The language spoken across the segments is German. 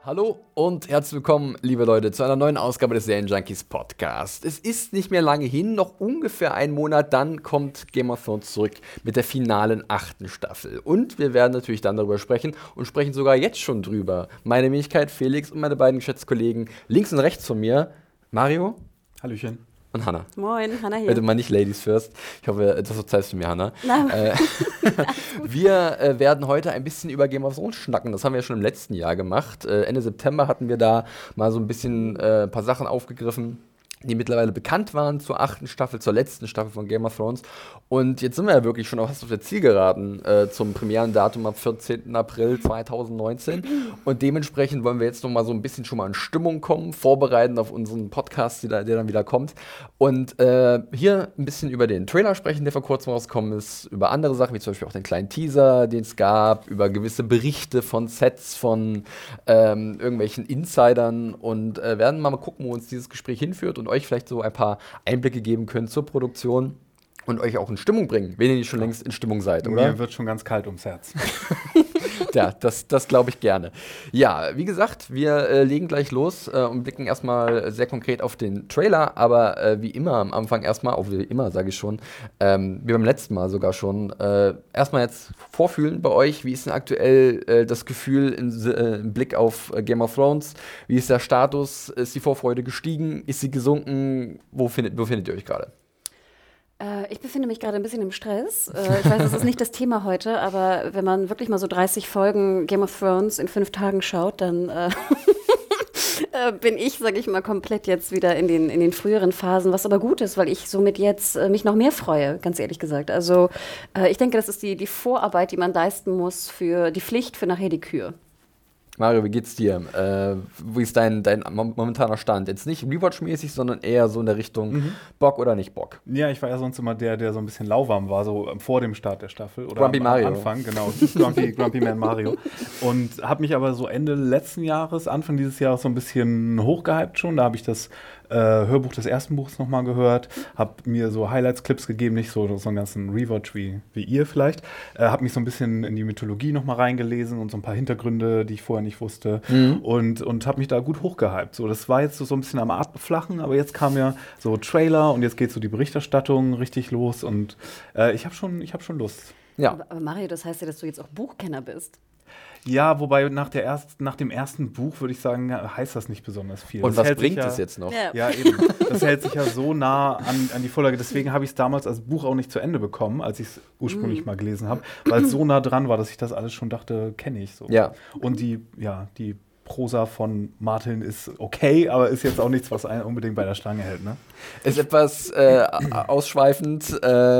Hallo und herzlich willkommen, liebe Leute, zu einer neuen Ausgabe des Serienjunkies Podcast. Es ist nicht mehr lange hin, noch ungefähr einen Monat, dann kommt Game of Thrones zurück mit der finalen 8. Staffel. Und wir werden natürlich dann darüber sprechen und sprechen sogar jetzt schon drüber. Meine Wenigkeit, Felix und meine beiden Geschäftskollegen links und rechts von mir, Mario. Hallöchen. Und Hannah. Moin, Hannah hier. Bitte mal nicht Ladies first. Ich hoffe, das verzeihst du mir, Hannah. Nein. Wir werden heute ein bisschen über Game of Thrones schnacken. Das haben wir ja schon im letzten Jahr gemacht. Ende September hatten wir da mal so ein bisschen ein paar Sachen aufgegriffen, die mittlerweile bekannt waren zur 8. Staffel, zur letzten Staffel von Game of Thrones. Und jetzt sind wir ja wirklich schon fast auf der Zielgeraden zum Premierendatum am 14. April 2019. Und dementsprechend wollen wir jetzt noch mal so ein bisschen schon mal in Stimmung kommen, vorbereiten auf unseren Podcast, der dann wieder kommt. Und hier ein bisschen über den Trailer sprechen, der vor kurzem rausgekommen ist, über andere Sachen, wie zum Beispiel auch den kleinen Teaser, den es gab, über gewisse Berichte von Sets, von irgendwelchen Insidern und werden mal gucken, wo uns dieses Gespräch hinführt und euch vielleicht so ein paar Einblicke geben können zur Produktion und euch auch in Stimmung bringen, wenn ihr nicht schon längst in Stimmung seid, oder? Mir wird schon ganz kalt ums Herz. Ja, das glaube ich gerne. Ja, wie gesagt, wir legen gleich los und blicken erstmal sehr konkret auf den Trailer, aber wie immer am Anfang erstmal, auch wie immer sage ich schon, wie beim letzten Mal sogar schon, erstmal jetzt vorfühlen bei euch, wie ist denn aktuell das Gefühl im Blick auf Game of Thrones, wie ist der Status, ist die Vorfreude gestiegen, ist sie gesunken, wo findet ihr euch gerade? Ich befinde mich gerade ein bisschen im Stress. Ich weiß, das ist nicht das Thema heute, aber wenn man wirklich mal so 30 Folgen Game of Thrones in 5 Tagen schaut, dann bin ich, sage ich mal, komplett jetzt wieder in den früheren Phasen, was aber gut ist, weil ich somit jetzt mich noch mehr freue, ganz ehrlich gesagt. Also ich denke, das ist die Vorarbeit, die man leisten muss für die Pflicht für nachher die Kür. Mario, wie geht's dir? Wie ist dein momentaner Stand? Jetzt nicht Rewatch-mäßig, sondern eher so in der Richtung Bock oder nicht Bock? Ja, ich war ja sonst immer der so ein bisschen lauwarm war, so vor dem Start der Staffel. Oder Grumpy Mario. Am Anfang, genau. Grumpy Man Mario. Und habe mich aber so Ende letzten Jahres, Anfang dieses Jahres so ein bisschen hochgehypt schon. Da habe ich das Hörbuch des ersten Buchs nochmal gehört, habe mir so Highlights-Clips gegeben, nicht so einen ganzen Rewatch wie ihr vielleicht. Habe mich so ein bisschen in die Mythologie nochmal reingelesen und so ein paar Hintergründe, die ich vorher nicht wusste. Und habe mich da gut hochgehypt. So, das war jetzt so ein bisschen am Abflachen, aber jetzt kam ja so Trailer und jetzt geht so die Berichterstattung richtig los und ich habe schon Lust. Ja. Aber Mario, das heißt ja, dass du jetzt auch Buchkenner bist. Ja, wobei nach dem ersten Buch, würde ich sagen, heißt das nicht besonders viel. Und das was bringt es jetzt noch? Ja, eben. Das hält sich ja so nah an die Vorlage. Deswegen habe ich es damals als Buch auch nicht zu Ende bekommen, als ich es ursprünglich mal gelesen habe, weil es so nah dran war, dass ich das alles schon dachte, kenne ich so. Ja. Und die Prosa von Martin ist okay, aber ist jetzt auch nichts, was einen unbedingt bei der Stange hält, ne? Ist etwas ausschweifend.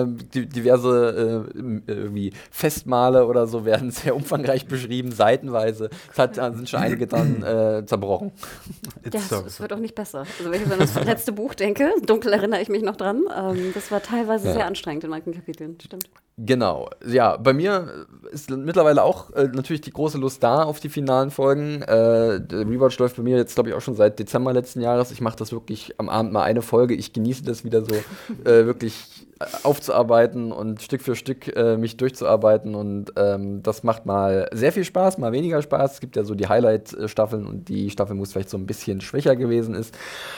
Diverse irgendwie Festmale oder so werden sehr umfangreich beschrieben, seitenweise. Sind schon einige dann zerbrochen. Ja, es wird auch nicht besser. Also wenn ich an das letzte Buch denke, dunkel erinnere ich mich noch dran, das war teilweise sehr anstrengend in manchen Kapiteln, stimmt. Genau. Ja, bei mir ist mittlerweile auch natürlich die große Lust da auf die finalen Folgen. Der Rewatch läuft bei mir jetzt, glaube ich, auch schon seit Dezember letzten Jahres. Ich mache das wirklich am Abend mal eine Folge. Ich genieße das wieder so wirklich aufzuarbeiten und Stück für Stück mich durchzuarbeiten und das macht mal sehr viel Spaß, mal weniger Spaß. Es gibt ja so die Highlight-Staffeln und die Staffel, wo es vielleicht so ein bisschen schwächer gewesen ist.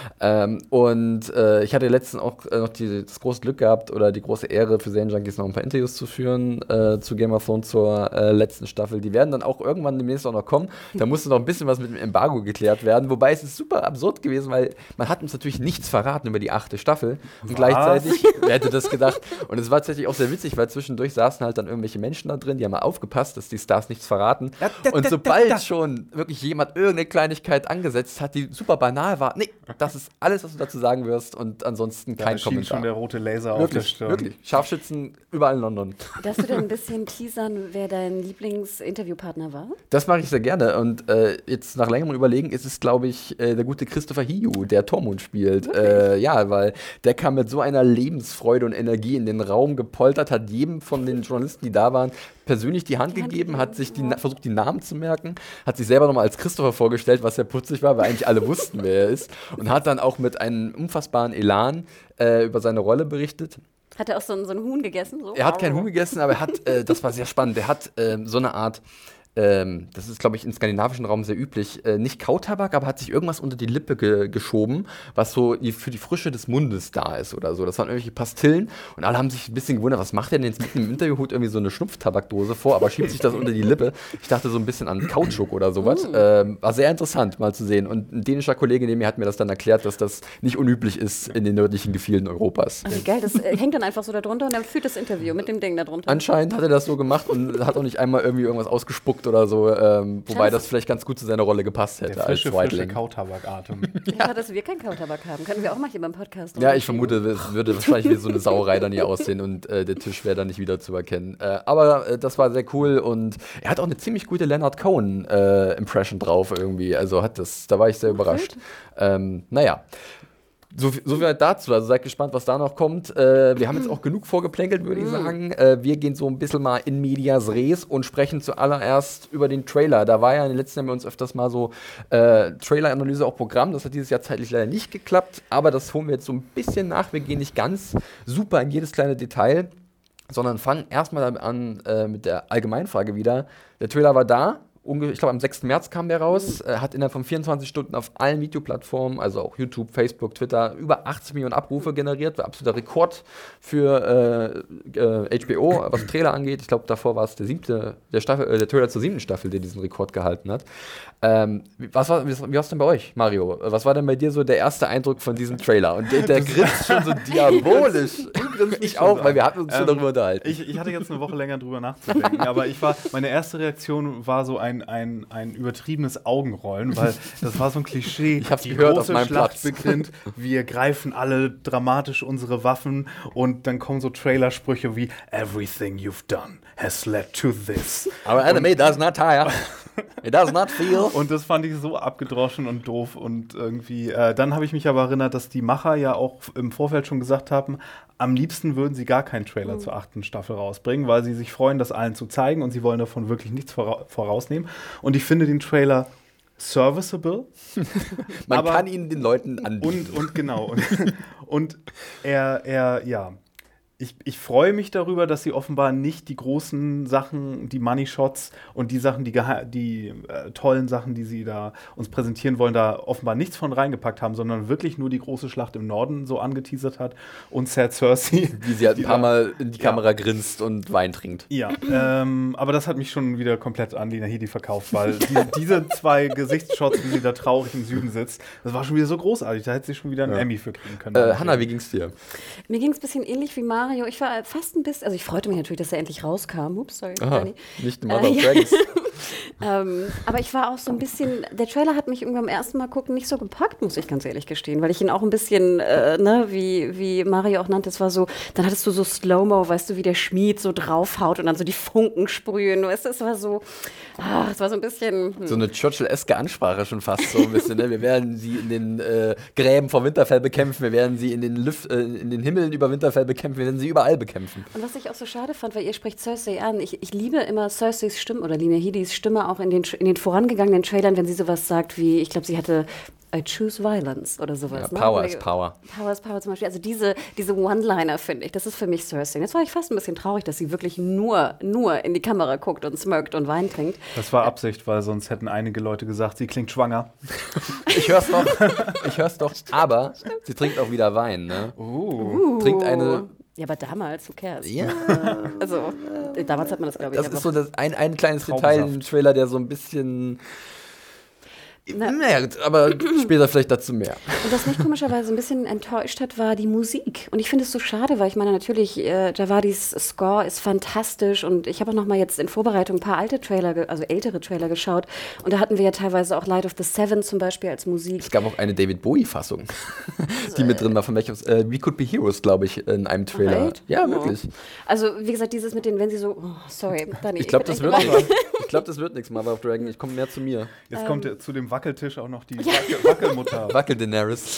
Ich hatte letztens auch noch das große Glück gehabt oder die große Ehre für Serienjunkies noch ein paar Interviews zu führen zu Game of Thrones zur letzten Staffel. Die werden dann auch irgendwann demnächst auch noch kommen. Da musste noch ein bisschen was mit dem Embargo geklärt werden, wobei es ist super absurd gewesen, weil man hat uns natürlich nichts verraten über die 8. Staffel und gleichzeitig, wer hätte das gedacht? Und es war tatsächlich auch sehr witzig, weil zwischendurch saßen halt dann irgendwelche Menschen da drin, die haben mal aufgepasst, dass die Stars nichts verraten. Und sobald schon wirklich jemand irgendeine Kleinigkeit angesetzt hat, die super banal war, nee, das ist alles, was du dazu sagen wirst und ansonsten kein Kommentar. Da schien schon der rote Laser wirklich, auf der Stirn. Wirklich, Scharfschützen überall in London. Darfst du denn ein bisschen teasern, wer dein Lieblingsinterviewpartner war? Das mache ich sehr gerne und jetzt nach längerem Überlegen ist es, glaube ich, der gute Christopher Hiu, der Tormund spielt. Ja, weil der kam mit so einer Lebensfreude und Energie in den Raum gepoltert, hat jedem von den Journalisten, die da waren, persönlich die Hand gegeben, hat sich versucht, die Namen zu merken, hat sich selber nochmal als Christopher vorgestellt, was ja putzig war, weil eigentlich alle wussten, wer er ist und hat dann auch mit einem unfassbaren Elan über seine Rolle berichtet. Hat er auch so ein Huhn gegessen? So? Er hat kein Huhn gegessen, aber er hat, das war sehr spannend, er hat so eine Art das ist, glaube ich, im skandinavischen Raum sehr üblich, nicht Kautabak, aber hat sich irgendwas unter die Lippe geschoben, was so für die Frische des Mundes da ist oder so. Das waren irgendwelche Pastillen und alle haben sich ein bisschen gewundert, was macht der denn jetzt mitten im Interview, holt irgendwie so eine Schnupftabakdose vor, aber schiebt sich das unter die Lippe. Ich dachte so ein bisschen an Kautschuk oder sowas. War sehr interessant mal zu sehen. Und ein dänischer Kollege neben mir hat mir das dann erklärt, dass das nicht unüblich ist in den nördlichen Gefilden Europas. Also geil, das hängt dann einfach so da drunter und dann führt das Interview mit dem Ding da drunter. Anscheinend hat er das so gemacht und hat auch nicht einmal irgendwie irgendwas ausgespuckt oder so, wobei das vielleicht ganz gut zu seiner Rolle gepasst hätte. Der frische Whiteling. Kautabakatem. Ja, dass wir keinen Kautabak haben. Können wir auch mal hier beim Podcast. Ja, ich vermute, es würde wahrscheinlich wie so eine Sauerei dann hier aussehen und der Tisch wäre dann nicht wieder zu erkennen. Aber das war sehr cool und er hat auch eine ziemlich gute Leonard Cohen Impression drauf irgendwie. Also da war ich sehr überrascht. Naja. So viel dazu, also seid gespannt, was da noch kommt. Wir haben jetzt auch genug vorgeplänkelt, würde ich sagen. Wir gehen so ein bisschen mal in medias res und sprechen zuallererst über den Trailer. Da war ja in den letzten Jahren bei uns öfters mal so Trailer-Analyse auch Programm. Das hat dieses Jahr zeitlich leider nicht geklappt, aber das holen wir jetzt so ein bisschen nach. Wir gehen nicht ganz super in jedes kleine Detail, sondern fangen erstmal an mit der Allgemeinfrage wieder. Der Trailer war da. Ich glaube, am 6. März kam der raus, hat innerhalb von 24 Stunden auf allen Videoplattformen, also auch YouTube, Facebook, Twitter, über 80 Millionen Abrufe generiert. War absoluter Rekord für HBO, was Trailer angeht. Ich glaube, davor war es der Trailer zur 7. Staffel, der diesen Rekord gehalten hat. Wie war es denn bei euch, Mario? Was war denn bei dir so der erste Eindruck von diesem Trailer? Und der grinst schon so diabolisch. Du grinst nicht auch, weil wir hatten uns schon darüber unterhalten. Ich hatte jetzt eine Woche länger drüber nachzudenken, aber meine erste Reaktion war so ein übertriebenes Augenrollen, weil das war so ein Klischee. Ich hab's gehört auf meinem Platz. Beginnt, wir greifen alle dramatisch unsere Waffen und dann kommen so Trailersprüche wie Everything you've done has led to this. Our enemy does not tire. It does not feel. Und das fand ich so abgedroschen und doof und irgendwie, dann habe ich mich aber erinnert, dass die Macher ja auch im Vorfeld schon gesagt haben, am liebsten würden sie gar keinen Trailer zur 8. Staffel rausbringen, weil sie sich freuen, das allen zu zeigen und sie wollen davon wirklich nichts vorausnehmen. Und ich finde den Trailer serviceable. Man kann ihn den Leuten anbieten. Und genau. Und ja. Ich freue mich darüber, dass sie offenbar nicht die großen Sachen, die Money Shots und die Sachen, die tollen Sachen, die sie da uns präsentieren wollen, da offenbar nichts von reingepackt haben, sondern wirklich nur die große Schlacht im Norden so angeteasert hat und Sad Cersei. Wie sie halt ein paar Mal in die Kamera grinst und Wein trinkt. Ja, aber das hat mich schon wieder komplett an Lena Headey verkauft, weil diese 2 Gesichtsshots, wie sie da traurig im Süden sitzt, das war schon wieder so großartig. Da hätte sie schon wieder einen Emmy für kriegen können. Hanna, wie ging's dir? Mir ging es ein bisschen ähnlich wie Mario. Ich war fast ein bisschen, also ich freute mich natürlich, dass er endlich rauskam. Ups, sorry. Nicht Mother of Dragons. Aber ich war auch so ein bisschen, der Trailer hat mich irgendwie beim ersten Mal gucken nicht so gepackt, muss ich ganz ehrlich gestehen, weil ich ihn auch ein bisschen, wie Mario auch nannte, es war so, dann hattest du so Slow-Mo, weißt du, wie der Schmied so draufhaut und dann so die Funken sprühen, weißt du, es war so ein bisschen... So eine Churchill-eske Ansprache schon fast so ein bisschen, ne? Wir werden sie in den Gräben vor Winterfell bekämpfen, wir werden sie in den Himmeln über Winterfell bekämpfen, wir werden sie überall bekämpfen. Und was ich auch so schade fand, weil ihr sprecht Cersei an, ich liebe immer Cerseis Stimme oder Lena Headeys Stimme auch in den vorangegangenen Trailern, wenn sie sowas sagt wie, ich glaube, sie hatte I choose violence oder sowas. Ja, Power is Power. Power is Power zum Beispiel. Also diese One-Liner, finde ich, das ist für mich Cersei. Jetzt war ich fast ein bisschen traurig, dass sie wirklich nur in die Kamera guckt und smirkt und Wein trinkt. Das war Absicht, weil sonst hätten einige Leute gesagt, sie klingt schwanger. Ich hör's doch. Aber sie trinkt auch wieder Wein, ne? Trinkt eine... Ja, aber damals, who cares? Ja. Also, damals hat man das, glaube ich, das ist so ein kleines Detail im Trailer, der so ein bisschen... Naja, aber später vielleicht dazu mehr. Und was mich komischerweise ein bisschen enttäuscht hat, war die Musik. Und ich finde es so schade, weil ich meine, natürlich, Javadis Score ist fantastisch und ich habe auch noch mal jetzt in Vorbereitung ein paar ältere Trailer geschaut und da hatten wir ja teilweise auch Light of the Seven zum Beispiel als Musik. Es gab auch eine David Bowie-Fassung, die mit drin war, von welchem We Could Be Heroes, glaube ich, in einem Trailer. Right? Ja, wirklich. Also, wie gesagt, dieses mit den, wenn sie so, sorry, Dani. Ich glaube, das wird nichts, Mother of Dragon. Ich komme mehr zu mir. Jetzt kommt zu dem Wackeltisch auch noch die Wackelmutter. Wackel Daenerys.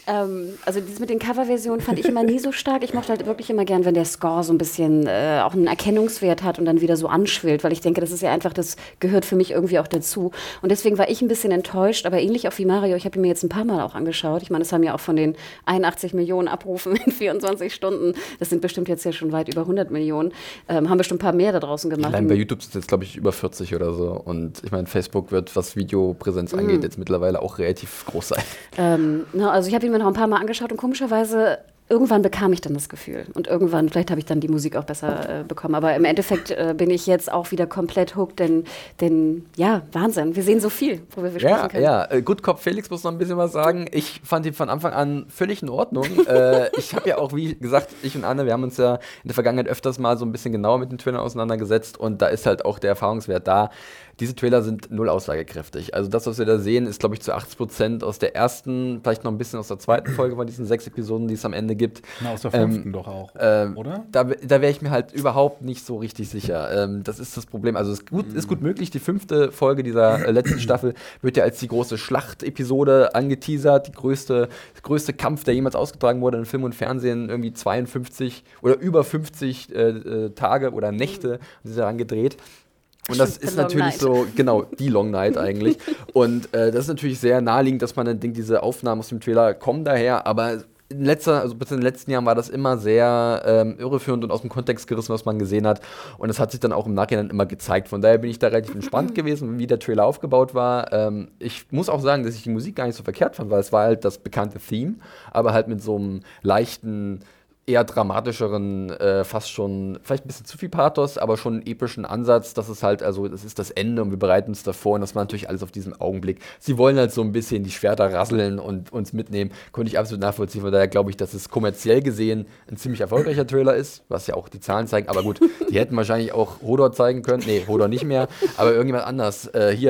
Also dieses mit den Coverversionen fand ich immer nie so stark. Ich mochte halt wirklich immer gern, wenn der Score so ein bisschen auch einen Erkennungswert hat und dann wieder so anschwillt, weil ich denke, das ist ja einfach, das gehört für mich irgendwie auch dazu. Und deswegen war ich ein bisschen enttäuscht, aber ähnlich auch wie Mario, ich habe ihn mir jetzt ein paar Mal auch angeschaut. Ich meine, es haben ja auch von den 81 Millionen Abrufen in 24 Stunden, das sind bestimmt jetzt ja schon weit über 100 Millionen, haben bestimmt ein paar mehr da draußen gemacht. Allein bei YouTube sind es jetzt, glaube ich, über 40 oder so. Und ich meine, Facebook wird, was Videopräsenz angeht, jetzt mittlerweile auch relativ groß sein. Also ich habe ihn mir noch ein paar Mal angeschaut und komischerweise irgendwann bekam ich dann das Gefühl. Und irgendwann, vielleicht habe ich dann die Musik auch besser bekommen. Aber im Endeffekt bin ich jetzt auch wieder komplett hooked, denn ja, Wahnsinn. Wir sehen so viel, worüber wir sprechen können. Ja, Good Cop Felix muss noch ein bisschen was sagen. Ich fand ihn von Anfang an völlig in Ordnung. Ich habe ja auch, wie gesagt, ich und Anne, wir haben uns ja in der Vergangenheit öfters mal so ein bisschen genauer mit den Trailern auseinandergesetzt. Und da ist halt auch der Erfahrungswert da. Diese Trailer sind null aussagekräftig. Also das, was wir da sehen, ist, glaube ich, zu 80% aus der ersten, vielleicht noch ein bisschen aus der zweiten Folge von diesen 6 Episoden, die es am Ende gibt. Na, aus der 5. doch auch, oder? Da wäre ich mir halt überhaupt nicht so richtig sicher. Das ist das Problem. Also es ist gut möglich, die 5. Folge dieser letzten Staffel wird ja als die große Schlachtepisode angeteasert, die größte Kampf, der jemals ausgetragen wurde in Film und Fernsehen, irgendwie 52 oder über 50 Tage oder Nächte sind sie daran gedreht. Und das ist natürlich so, genau, die Long Night eigentlich. Und das ist natürlich sehr naheliegend, dass man dann denkt, diese Aufnahmen aus dem Trailer kommen daher, aber in den letzten Jahren war das immer sehr irreführend und aus dem Kontext gerissen, was man gesehen hat. Und das hat sich dann auch im Nachhinein immer gezeigt. Von daher bin ich da relativ entspannt gewesen, wie der Trailer aufgebaut war. Ich muss auch sagen, dass ich die Musik gar nicht so verkehrt fand, weil es war halt das bekannte Theme, aber halt mit so einem leichten, eher dramatischeren, fast schon, vielleicht ein bisschen zu viel Pathos, aber schon einen epischen Ansatz. Das ist halt, also das ist das Ende und wir bereiten uns davor und das war natürlich alles auf diesen Augenblick. Sie wollen halt so ein bisschen die Schwerter rasseln und uns mitnehmen. Konnte ich absolut nachvollziehen. Von daher glaube ich, dass es kommerziell gesehen ein ziemlich erfolgreicher Trailer ist, was ja auch die Zahlen zeigen. Aber gut, die hätten wahrscheinlich auch Hodor zeigen können. Nee, Hodor nicht mehr. Aber irgendjemand anders.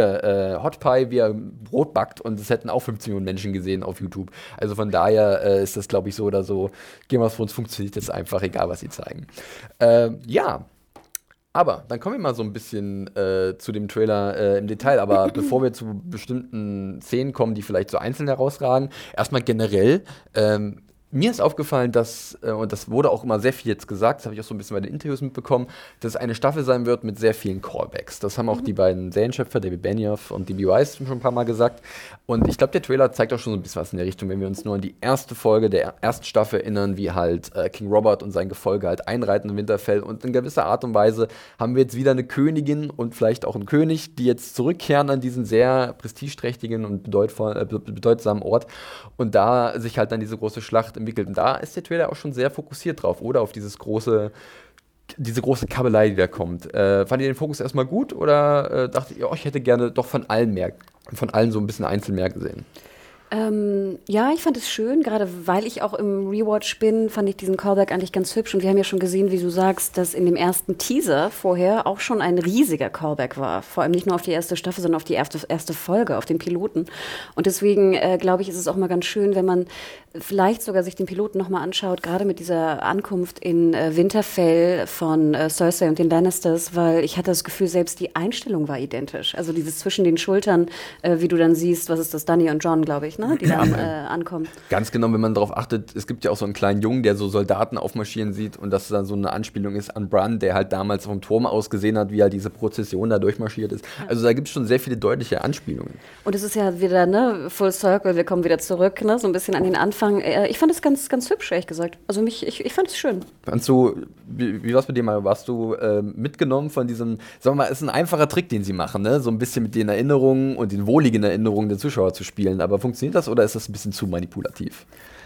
Hot Pie, wie er Brot backt und es hätten auch 15 Millionen Menschen gesehen auf YouTube. Also von daher ist das, glaube ich, so oder so. Game of Thrones funktioniert jetzt einfach, egal was sie zeigen. Ja, aber dann kommen wir mal so ein bisschen zu dem Trailer im Detail. Aber bevor wir zu bestimmten Szenen kommen, die vielleicht so einzeln herausragen, erstmal generell, mir ist aufgefallen, dass, und das wurde auch immer sehr viel jetzt gesagt, das habe ich auch so ein bisschen bei den Interviews mitbekommen, dass es eine Staffel sein wird mit sehr vielen Callbacks. Das haben auch die beiden Serienschöpfer, David Benioff und D.B. Weiss, schon ein paar Mal gesagt. Und ich glaube, der Trailer zeigt auch schon so ein bisschen was in der Richtung, wenn wir uns nur an die erste Folge der ersten Staffel erinnern, wie halt King Robert und sein Gefolge halt einreiten in Winterfell. Und in gewisser Art und Weise haben wir jetzt wieder eine Königin und vielleicht auch einen König, die jetzt zurückkehren an diesen sehr prestigeträchtigen und bedeutsamen Ort. Und da sich halt dann diese große Schlacht entwickelt. Und da ist der Trailer auch schon sehr fokussiert drauf, oder? Auf diese große Kabelei, die da kommt. Fand ihr den Fokus erstmal gut oder dachtet ihr, ich hätte gerne doch von allen so ein bisschen einzeln mehr gesehen? Ja, ich fand es schön, gerade weil ich auch im Rewatch bin, fand ich diesen Callback eigentlich ganz hübsch. Und wir haben ja schon gesehen, wie du sagst, dass in dem ersten Teaser vorher auch schon ein riesiger Callback war. Vor allem nicht nur auf die erste Staffel, sondern auf die erste Folge, auf den Piloten. Und deswegen, glaube ich, ist es auch mal ganz schön, wenn man vielleicht sogar sich den Piloten nochmal anschaut, gerade mit dieser Ankunft in Winterfell von Cersei und den Lannisters, weil ich hatte das Gefühl, selbst die Einstellung war identisch. Also dieses zwischen den Schultern, wie du dann siehst, was ist das, Dany und Jon, glaube ich, ne? Die dann ankommen. Ganz genau, wenn man darauf achtet, es gibt ja auch so einen kleinen Jungen, der so Soldaten aufmarschieren sieht und dass dann so eine Anspielung ist an Bran, der halt damals vom Turm aus gesehen hat, wie er diese Prozession da durchmarschiert ist. Also da gibt es schon sehr viele deutliche Anspielungen. Und es ist ja wieder, ne, Full Circle, wir kommen wieder zurück, ne, so ein bisschen an den Anfang. Ich fand es ganz, ganz hübsch, ehrlich gesagt. Also ich fand es schön. Wie war es bei dir mal? Warst du mitgenommen von diesem, sagen wir mal, ist ein einfacher Trick, den sie machen, ne? So ein bisschen mit den Erinnerungen und den wohligen Erinnerungen der Zuschauer zu spielen. Aber funktioniert das oder ist das ein bisschen zu manipulativ?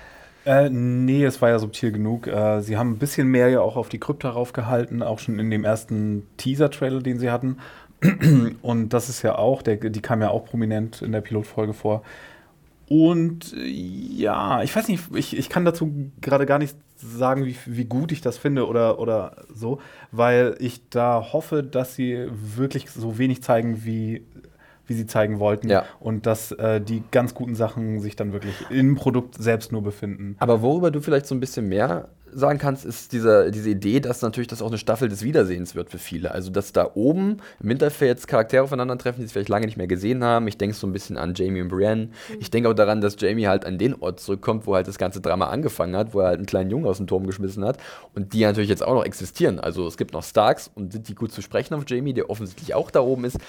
Nee, es war ja subtil genug. Sie haben ein bisschen mehr ja auch auf die Krypta raufgehalten, auch schon in dem ersten Teaser-Trailer, den sie hatten. Und das ist ja auch, die kam ja auch prominent in der Pilotfolge vor. Und ja, ich weiß nicht, ich kann dazu gerade gar nicht sagen, wie gut ich das finde oder so, weil ich da hoffe, dass sie wirklich so wenig zeigen, wie sie zeigen wollten. Ja. Und dass die ganz guten Sachen sich dann wirklich im Produkt selbst nur befinden. Aber worüber du vielleicht so ein bisschen mehr sagen kannst, ist diese Idee, dass natürlich das auch eine Staffel des Wiedersehens wird für viele. Also, dass da oben im Winterfell jetzt Charaktere aufeinandertreffen, die sie vielleicht lange nicht mehr gesehen haben. Ich denke so ein bisschen an Jaime und Brienne. Ich denke auch daran, dass Jaime halt an den Ort zurückkommt, wo halt das ganze Drama angefangen hat, wo er halt einen kleinen Jungen aus dem Turm geschmissen hat und die natürlich jetzt auch noch existieren. Also, es gibt noch Starks und sind die gut zu sprechen auf Jaime, der offensichtlich auch da oben ist.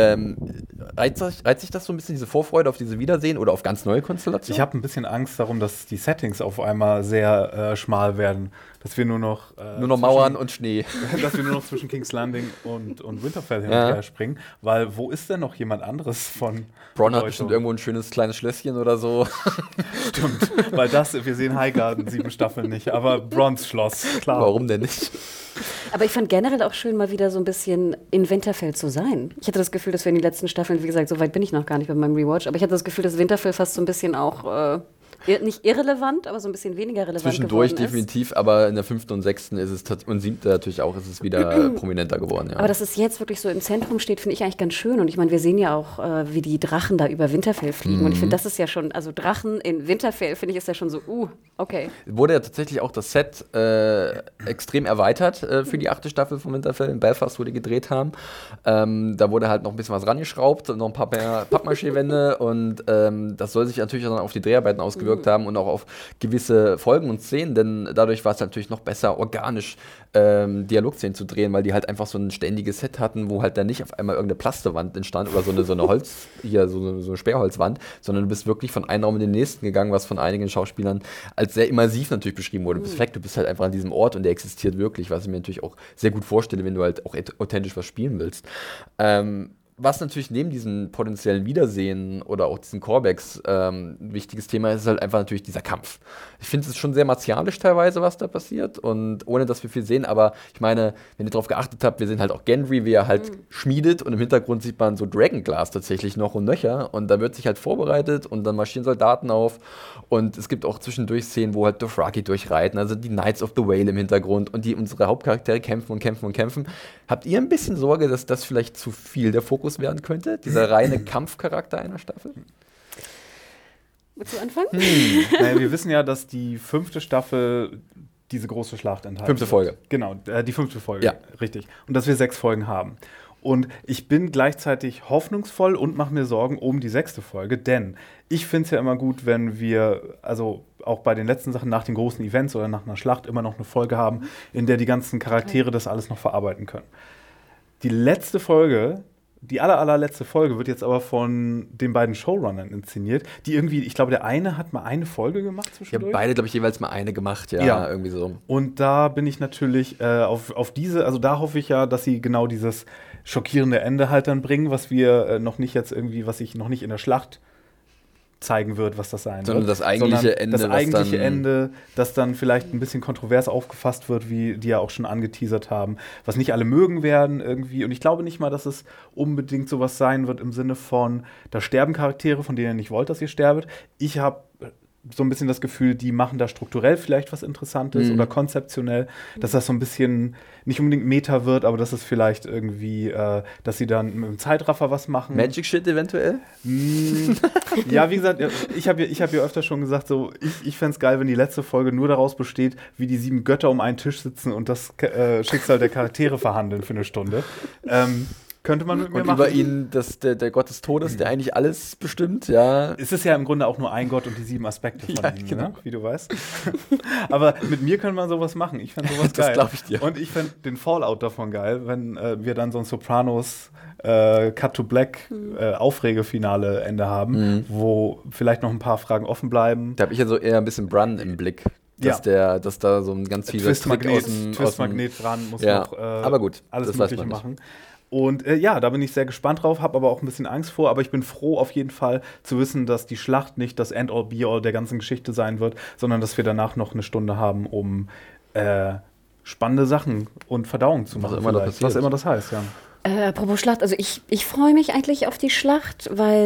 Reizt sich das so ein bisschen, diese Vorfreude auf diese Wiedersehen oder auf ganz neue Konstellationen? Ich habe ein bisschen Angst darum, dass die Settings auf einmal sehr schmal werden. Dass wir nur noch Mauern und Schnee. Dass wir nur noch zwischen King's Landing und Winterfell hin und her springen. Weil wo ist denn noch jemand anderes von Bronn hat bestimmt irgendwo ein schönes kleines Schlösschen oder so. Stimmt, weil wir sehen Highgarden 7 Staffeln nicht, aber Bronns Schloss, klar. Warum denn nicht? Aber ich fand generell auch schön, mal wieder so ein bisschen in Winterfell zu sein. Ich hatte das Gefühl, dass wir in den letzten Staffeln, wie gesagt, so weit bin ich noch gar nicht bei meinem Rewatch, aber ich hatte das Gefühl, dass Winterfell fast so ein bisschen auch nicht irrelevant, aber so ein bisschen weniger relevant Zwischendurch geworden ist. Definitiv, aber in der 5. und 6. ist es und 7. natürlich auch, ist es wieder prominenter geworden. Ja. Aber dass es jetzt wirklich so im Zentrum steht, finde ich eigentlich ganz schön. Und ich meine, wir sehen ja auch, wie die Drachen da über Winterfell fliegen. Und ich finde, das ist ja schon, also Drachen in Winterfell, finde ich, ist ja schon so, okay. Wurde ja tatsächlich auch das Set extrem erweitert für die 8. Staffel von Winterfell in Belfast, wo die gedreht haben. Da wurde halt noch ein bisschen was rangeschraubt, noch ein paar mehr Pappmaché-Wände und das soll sich natürlich dann auf die Dreharbeiten ausgewirkt haben und auch auf gewisse Folgen und Szenen, denn dadurch war es natürlich noch besser, organisch Dialogszenen zu drehen, weil die halt einfach so ein ständiges Set hatten, wo halt dann nicht auf einmal irgendeine Plastewand entstand oder so eine Holz, hier so eine Sperrholzwand, sondern du bist wirklich von einem Raum in den nächsten gegangen, was von einigen Schauspielern als sehr immersiv natürlich beschrieben wurde. Du bist halt einfach an diesem Ort und der existiert wirklich, was ich mir natürlich auch sehr gut vorstelle, wenn du halt auch authentisch was spielen willst. Was natürlich neben diesen potenziellen Wiedersehen oder auch diesen Callbacks ein wichtiges Thema ist halt einfach natürlich dieser Kampf. Ich finde es schon sehr martialisch teilweise, was da passiert und ohne, dass wir viel sehen, aber ich meine, wenn ihr darauf geachtet habt, wir sehen halt auch Gendry, wie er halt schmiedet und im Hintergrund sieht man so Dragonglass tatsächlich noch und nöcher und da wird sich halt vorbereitet und dann marschieren Soldaten auf und es gibt auch zwischendurch Szenen, wo halt Dothraki durchreiten, also die Knights of the Whale im Hintergrund und unsere Hauptcharaktere kämpfen und kämpfen und kämpfen. Habt ihr ein bisschen Sorge, dass das vielleicht zu viel der Fokus werden könnte? Dieser reine Kampfcharakter einer Staffel? Willst du anfangen? Naja, wir wissen ja, dass die 5. Staffel diese große Schlacht enthält. 5. Folge. Genau, die 5. Folge, ja. Richtig. Und dass wir 6 Folgen haben. Und ich bin gleichzeitig hoffnungsvoll und mache mir Sorgen um die 6. Folge, denn ich finde es ja immer gut, wenn wir, also auch bei den letzten Sachen nach den großen Events oder nach einer Schlacht immer noch eine Folge haben, in der die ganzen Charaktere das alles noch verarbeiten können. Die letzte Folge, die allerletzte Folge wird jetzt aber von den beiden Showrunnern inszeniert, die irgendwie, ich glaube, der eine hat mal eine Folge gemacht zwischendurch. Ja, beide, glaube ich, jeweils mal eine gemacht, ja, irgendwie so. Und da bin ich natürlich auf diese, also da hoffe ich ja, dass sie genau dieses schockierende Ende halt dann bringen, was wir noch nicht jetzt irgendwie, was sich noch nicht in der Schlacht zeigen wird, was das sein Sondern wird. das eigentliche Ende. Das eigentliche Ende, das dann vielleicht ein bisschen kontrovers aufgefasst wird, wie die ja auch schon angeteasert haben, was nicht alle mögen werden irgendwie. Und ich glaube nicht mal, dass es unbedingt sowas sein wird im Sinne von, da sterben Charaktere, von denen ihr nicht wollt, dass ihr sterbet. Ich habe so ein bisschen das Gefühl, die machen da strukturell vielleicht was Interessantes oder konzeptionell, dass das so ein bisschen nicht unbedingt Meta wird, aber dass es vielleicht irgendwie, dass sie dann mit dem Zeitraffer was machen. Magic Shit eventuell? Ja, wie gesagt, ich hab ja öfter schon gesagt, so, ich fände es geil, wenn die letzte Folge nur daraus besteht, wie die 7 Götter um einen Tisch sitzen und das Schicksal der Charaktere verhandeln für eine Stunde. Könnte man mit mir machen. Und über ihn, der Gott des Todes, der eigentlich alles bestimmt, ja. Es ist ja im Grunde auch nur ein Gott und die 7 Aspekte von ihm, genau. ne? Wie du weißt. Aber mit mir könnte man sowas machen. Ich fände sowas geil. Das glaube ich dir. Und ich fände den Fallout davon geil, wenn wir dann so ein Sopranos Cut to Black Aufregefinale Ende haben, wo vielleicht noch ein paar Fragen offen bleiben. Da habe ich ja so eher ein bisschen Brun im Blick. Dass da so ein ganz fieser Twist-Magnet dran muss noch aber gut, alles Mögliche machen. Und da bin ich sehr gespannt drauf, habe aber auch ein bisschen Angst vor. Aber ich bin froh auf jeden Fall zu wissen, dass die Schlacht nicht das End-all-Be-all der ganzen Geschichte sein wird, sondern dass wir danach noch eine Stunde haben, um spannende Sachen und Verdauung zu machen. Was immer das heißt, ja. Apropos Schlacht, also ich freue mich eigentlich auf die Schlacht,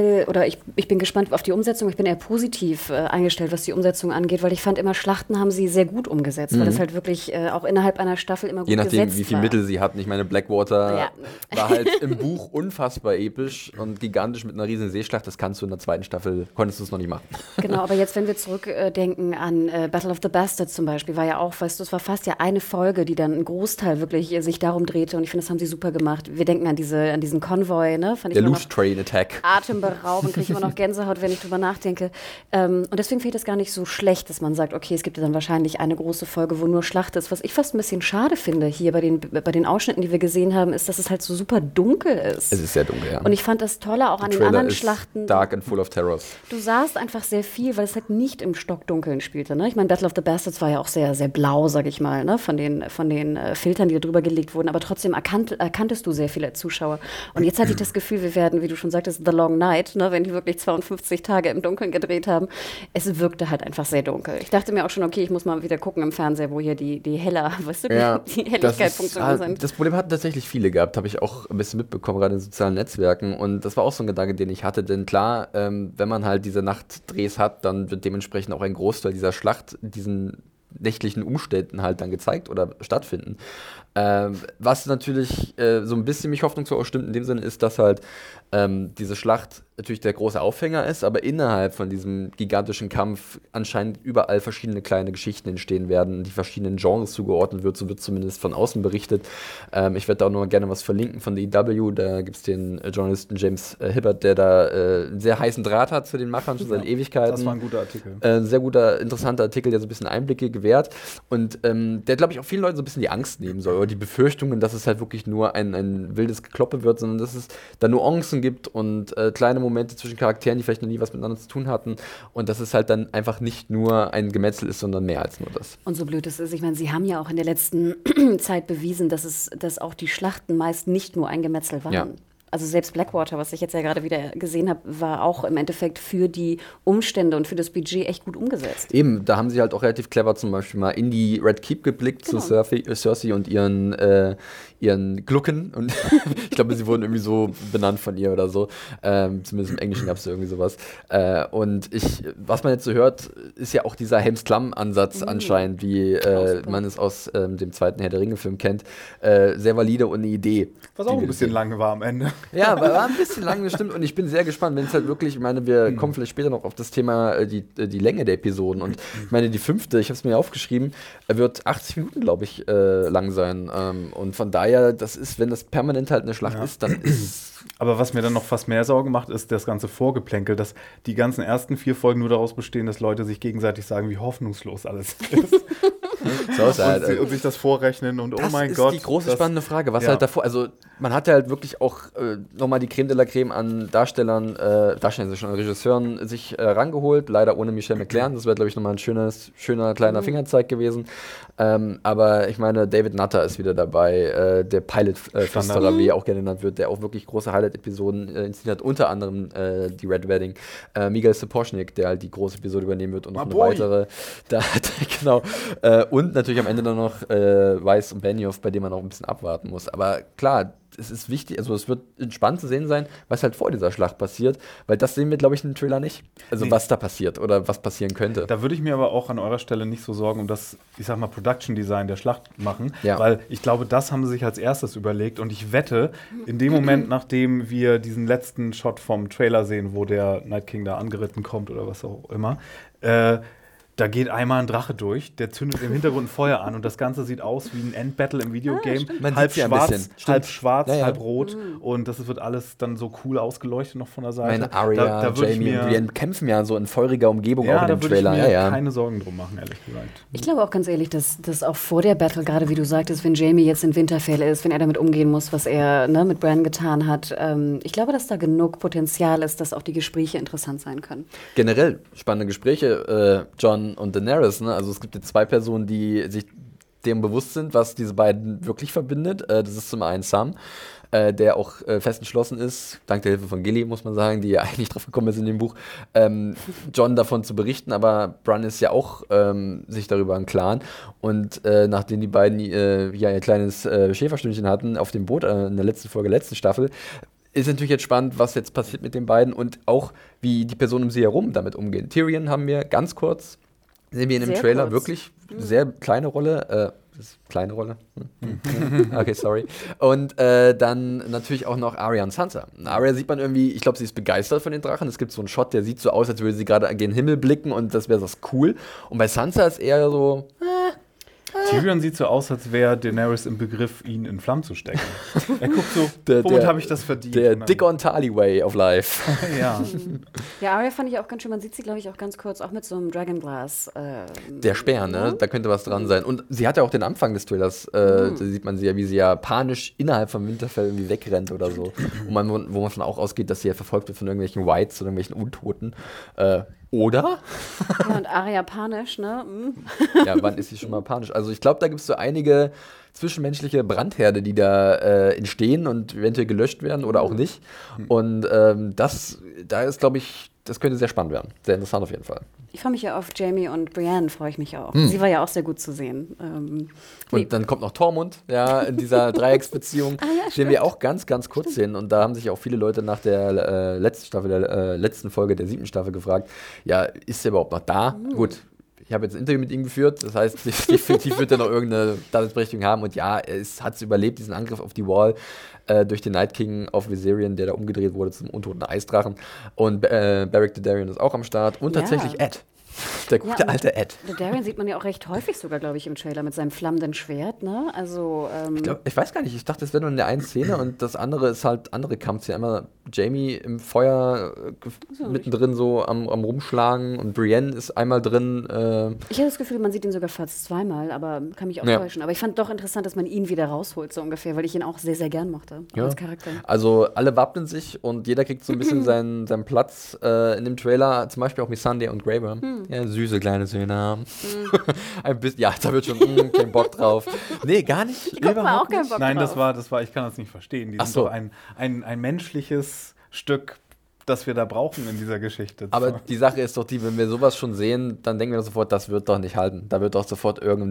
ich bin gespannt auf die Umsetzung. Ich bin eher positiv eingestellt, was die Umsetzung angeht, weil ich fand immer, Schlachten haben sie sehr gut umgesetzt, weil das halt wirklich auch innerhalb einer Staffel immer gut gesetzt war. Je nachdem, wie viel Mittel sie hatten. Ich meine, Blackwater war halt im Buch unfassbar episch und gigantisch mit einer riesen Seeschlacht. Das kannst du in der zweiten Staffel, konntest du es noch nicht machen. Genau, aber jetzt, wenn wir zurückdenken an Battle of the Bastards zum Beispiel, war ja auch, weißt du, es war fast ja eine Folge, die dann einen Großteil wirklich sich darum drehte und ich finde, das haben sie super gemacht. Wir denken an diesen Konvoi, ne? Der Loose Train Attack. Atemberaubend, kriege ich immer noch Gänsehaut, wenn ich drüber nachdenke. Und deswegen finde ich das gar nicht so schlecht, dass man sagt, okay, es gibt ja dann wahrscheinlich eine große Folge, wo nur Schlacht ist. Was ich fast ein bisschen schade finde hier bei den Ausschnitten, die wir gesehen haben, ist, dass es halt so super dunkel ist. Es ist sehr dunkel, ja. Und ich fand das Tolle auch an den anderen Schlachten. Dark and full of terrors. Du sahst einfach sehr viel, weil es halt nicht im Stockdunkeln spielte. Ne? Ich meine, Battle of the Bastards war ja auch sehr, sehr blau, sag ich mal, ne? Von den Filtern, die da drüber gelegt wurden. Aber trotzdem erkanntest du sehr viele Zuschauer. Und jetzt hatte ich das Gefühl, wir werden, wie du schon sagtest, The Long Night, ne? Wenn die wirklich 52 Tage im Dunkeln gedreht haben. Es wirkte halt einfach sehr dunkel. Ich dachte mir auch schon, okay, ich muss mal wieder gucken im Fernseher, wo hier die heller, weißt du, die Helligkeit-Funktionen sind. Das Problem hatten tatsächlich viele gehabt, habe ich auch ein bisschen mitbekommen, gerade in sozialen Netzwerken. Und das war auch so ein Gedanke, den ich hatte. Denn klar, wenn man halt diese Nachtdrehs hat, dann wird dementsprechend auch ein Großteil dieser Schlacht diesen nächtlichen Umständen halt dann gezeigt oder stattfinden. Was natürlich so ein bisschen mich hoffnungsvoll stimmt in dem Sinne ist, dass halt diese Schlacht natürlich der große Aufhänger ist, aber innerhalb von diesem gigantischen Kampf anscheinend überall verschiedene kleine Geschichten entstehen werden, die verschiedenen Genres zugeordnet wird, so wird zumindest von außen berichtet. Ich werde da auch noch mal gerne was verlinken von der EW, da gibt es den Journalisten James Hibbert, der da einen sehr heißen Draht hat zu den Machern schon seit Ewigkeiten. Das war ein guter Artikel. Sehr guter, interessanter Artikel, der so ein bisschen Einblicke gewährt und der, glaube ich, auch vielen Leuten so ein bisschen die Angst nehmen soll oder die Befürchtungen, dass es halt wirklich nur ein wildes Gekloppe wird, sondern dass es da Nuancen gibt und kleine Momente zwischen Charakteren, die vielleicht noch nie was miteinander zu tun hatten und dass es halt dann einfach nicht nur ein Gemetzel ist, sondern mehr als nur das. Und so blöd es ist, ich meine, sie haben ja auch in der letzten Zeit bewiesen, dass auch die Schlachten meist nicht nur ein Gemetzel waren. Ja. Also selbst Blackwater, was ich jetzt ja gerade wieder gesehen habe, war auch im Endeffekt für die Umstände und für das Budget echt gut umgesetzt. Eben, da haben sie halt auch relativ clever zum Beispiel mal in die Red Keep geblickt, genau, zu Cersei und ihren Glucken. Und ich glaube, sie wurden irgendwie so benannt von ihr oder so. Zumindest im Englischen gab es irgendwie sowas. Und was man jetzt so hört, ist ja auch dieser Helms Klamm-Ansatz anscheinend, wie man es aus dem zweiten Herr der Ringe-Film kennt. Sehr valide und eine Idee. Was auch ein bisschen lange war am Ende. Ja, war ein bisschen lang, das stimmt. Und ich bin sehr gespannt, wenn es halt wirklich, ich meine, wir kommen vielleicht später noch auf das Thema, die Länge der Episoden. Und ich meine, die 5., ich habe es mir aufgeschrieben, wird 80 Minuten, glaube ich, lang sein. Und von daher, das ist, wenn das permanent halt eine Schlacht ist, dann ist Aber was mir dann noch fast mehr Sorgen macht, ist das ganze Vorgeplänkel, dass die ganzen ersten 4 Folgen nur daraus bestehen, dass Leute sich gegenseitig sagen, wie hoffnungslos alles ist. Und sich das vorrechnen und oh mein Gott. Das ist die große spannende Frage, was halt davor, also man hat ja halt wirklich auch nochmal die Creme de la Creme an Darstellern, Regisseuren sich rangeholt, leider ohne Michelle McLaren, das wäre glaube ich nochmal ein schöner kleiner Fingerzeig gewesen, aber ich meine, David Nutter ist wieder dabei, der Pilot-Flüsterer, wie er auch gerne genannt wird, der auch wirklich große Highlight-Episoden inszeniert, unter anderem die Red Wedding, Miguel Sapochnik, der halt die große Episode übernehmen wird und noch eine weitere, genau, und natürlich am Ende dann noch Weiss und Benioff, bei dem man auch ein bisschen abwarten muss. Aber klar, es ist wichtig, also es wird spannend zu sehen sein, was halt vor dieser Schlacht passiert, weil das sehen wir, glaube ich, in dem Trailer nicht. Also was da passiert oder was passieren könnte. Da würde ich mir aber auch an eurer Stelle nicht so Sorgen um das, ich sag mal, Production Design der Schlacht machen, weil ich glaube, das haben sie sich als erstes überlegt und ich wette, in dem Moment, nachdem wir diesen letzten Shot vom Trailer sehen, wo der Night King da angeritten kommt oder was auch immer, da geht einmal ein Drache durch, der zündet im Hintergrund ein Feuer an und das Ganze sieht aus wie ein Endbattle im Videogame. Halb schwarz, halb rot und das wird alles dann so cool ausgeleuchtet noch von der Seite. Meine Arya, Jamie, wir kämpfen ja so in feuriger Umgebung auch in dem Trailer. Da würde ich mir keine Sorgen drum machen, ehrlich gesagt. Ich glaube auch ganz ehrlich, dass auch vor der Battle, gerade wie du sagtest, wenn Jamie jetzt in Winterfell ist, wenn er damit umgehen muss, was er mit Bran getan hat, ich glaube, dass da genug Potenzial ist, dass auch die Gespräche interessant sein können. Generell spannende Gespräche, Jon und Daenerys, ne? Also es gibt jetzt 2 Personen, die sich dem bewusst sind, was diese beiden wirklich verbindet. Das ist zum einen Sam, der auch fest entschlossen ist, dank der Hilfe von Gilly, muss man sagen, die ja eigentlich drauf gekommen ist in dem Buch, Jon davon zu berichten, aber Bran ist ja auch sich darüber im Klaren. Und nachdem die beiden ihr kleines Schäferstündchen hatten auf dem Boot in der letzten Folge, letzten Staffel, ist natürlich jetzt spannend, was jetzt passiert mit den beiden und auch, wie die Personen um sie herum damit umgehen. Tyrion haben wir ganz kurz, sehen wir in dem Sehr Trailer kurz. wirklich sehr kleine Rolle. Kleine Rolle. Okay, sorry. Und dann natürlich auch noch Arya und Sansa. Arya sieht man irgendwie, ich glaube, sie ist begeistert von den Drachen. Es gibt so einen Shot, der sieht so aus, als würde sie gerade an den Himmel blicken und das wäre das cool. Und bei Sansa ist eher so, Tyrion sieht so aus, als wäre Daenerys im Begriff, ihn in Flammen zu stecken. Er guckt so, Der- womit der- habe ich das verdient? der Und dann- Dick on Tali way of life. Ja. Ja, Arya fand ich auch ganz schön. Man sieht sie, glaube ich, auch ganz kurz, auch mit so einem Dragonglass. Der Speer, ne? Da könnte was dran sein. Und sie hat ja auch den Anfang des Trailers, da sieht man sie ja, wie sie ja panisch innerhalb von Winterfell irgendwie wegrennt oder so. Wo man von auch ausgeht, dass sie ja verfolgt wird von irgendwelchen Whites oder irgendwelchen Untoten. Oder? Ja, und Arya panisch, ne? Ja, wann ist sie schon mal panisch? Also ich glaube, da gibt es so einige zwischenmenschliche Brandherde, die da entstehen und eventuell gelöscht werden oder auch nicht. Und da ist, glaube ich, das könnte sehr spannend werden. Sehr interessant auf jeden Fall. Ich freue mich ja auf Jaime und Brienne, freue ich mich auch. Sie war ja auch sehr gut zu sehen. Und dann kommt noch Tormund, ja, in dieser Dreiecksbeziehung, den wir auch ganz, ganz kurz sehen. Und da haben sich auch viele Leute nach der letzten Folge der 7. Staffel gefragt, ja, ist er überhaupt noch da? Gut, ich habe jetzt ein Interview mit ihm geführt, das heißt, definitiv wird er noch irgendeine Daseinsberechtigung haben. Und ja, er hat es überlebt, diesen Angriff auf die Wall durch den Night King of Viserion, der da umgedreht wurde zum untoten Eisdrachen. Und Beric Dondarrion ist auch am Start. Und Ja. tatsächlich Ed. Der gute und alte Ed. Dondarrion sieht man ja auch recht häufig sogar, glaube ich, im Trailer mit seinem flammenden Schwert, ne? Also, Ich weiß gar nicht, ich dachte, es wäre nur in der einen Szene und das andere ist halt andere Kampfszenen. Einmal Jaime im Feuer mittendrin so am Rumschlagen und Brienne ist einmal drin. ich habe das Gefühl, man sieht ihn sogar fast zweimal, aber kann mich auch Ja. täuschen. Aber ich fand doch interessant, dass man ihn wieder rausholt, so ungefähr, weil ich ihn auch sehr, sehr gern mochte, auch als Charakter. Also alle wappnen sich und jeder kriegt so ein bisschen seinen Platz in dem Trailer. Zum Beispiel auch Missandei und Grey Worm. Ja, süße kleine Söhne haben. Ein bisschen, ja, da wird schon kein Bock drauf. Nee, gar nicht. Ich guck mal auch keinen Bock Nein, drauf. das war, ich kann das nicht verstehen. Die Ach sind so. so ein menschliches Stück, das wir da brauchen in dieser Geschichte. Aber die Sache ist doch die, wenn wir sowas schon sehen, dann denken wir doch sofort, das wird doch nicht halten. Da wird doch sofort irgendein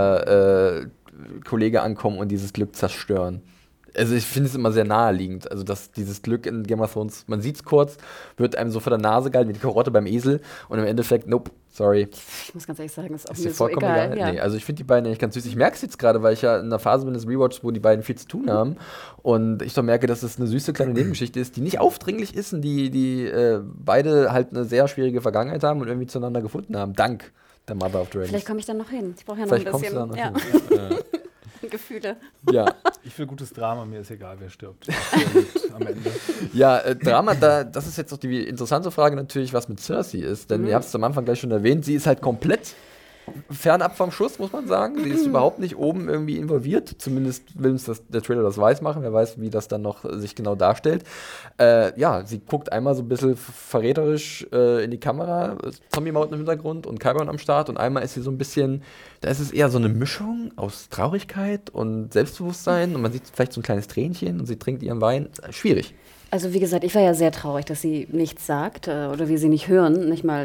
fieser Kollege ankommen und dieses Glück zerstören. Also ich finde es immer sehr naheliegend, also dass dieses Glück in Game of Thrones, man sieht es kurz, wird einem so vor der Nase gehalten wie die Karotte beim Esel und im Endeffekt, nope, sorry, Ich muss ganz ehrlich sagen, ist auch ist mir dir so vollkommen egal. egal. Ja. Nee, also ich finde die beiden eigentlich ganz süß. Ich merke es jetzt gerade, weil ich ja in einer Phase bin des Rewatches, wo die beiden viel zu tun haben und ich doch merke, dass es eine süße kleine Nebengeschichte ist, die nicht aufdringlich ist und die beide halt eine sehr schwierige Vergangenheit haben und irgendwie zueinander gefunden haben, dank der Mother of Dragons. Vielleicht komme ich dann noch hin. Ich brauche ja noch Vielleicht ein kommst du bisschen da noch hin. Gefühle. Ja. Ich will gutes Drama, mir ist egal, wer stirbt. Gut, am Ende. Ja, Drama, das ist jetzt noch die interessante Frage natürlich, was mit Cersei ist. Denn ihr habt es am Anfang gleich schon erwähnt, sie ist halt komplett fernab vom Schuss, muss man sagen. Sie ist überhaupt nicht oben irgendwie involviert. Zumindest will uns der Trailer das weiß machen. Wer weiß, wie das dann noch sich genau darstellt. Ja, sie guckt einmal so ein bisschen verräterisch in die Kamera, Zombie-Maut im Hintergrund und Qyburn am Start. Und einmal ist sie so ein bisschen, da ist es eher so eine Mischung aus Traurigkeit und Selbstbewusstsein. Und man sieht vielleicht so ein kleines Tränchen und sie trinkt ihren Wein. Schwierig. Also wie gesagt, ich war ja sehr traurig, dass sie nichts sagt oder wir sie nicht hören, nicht mal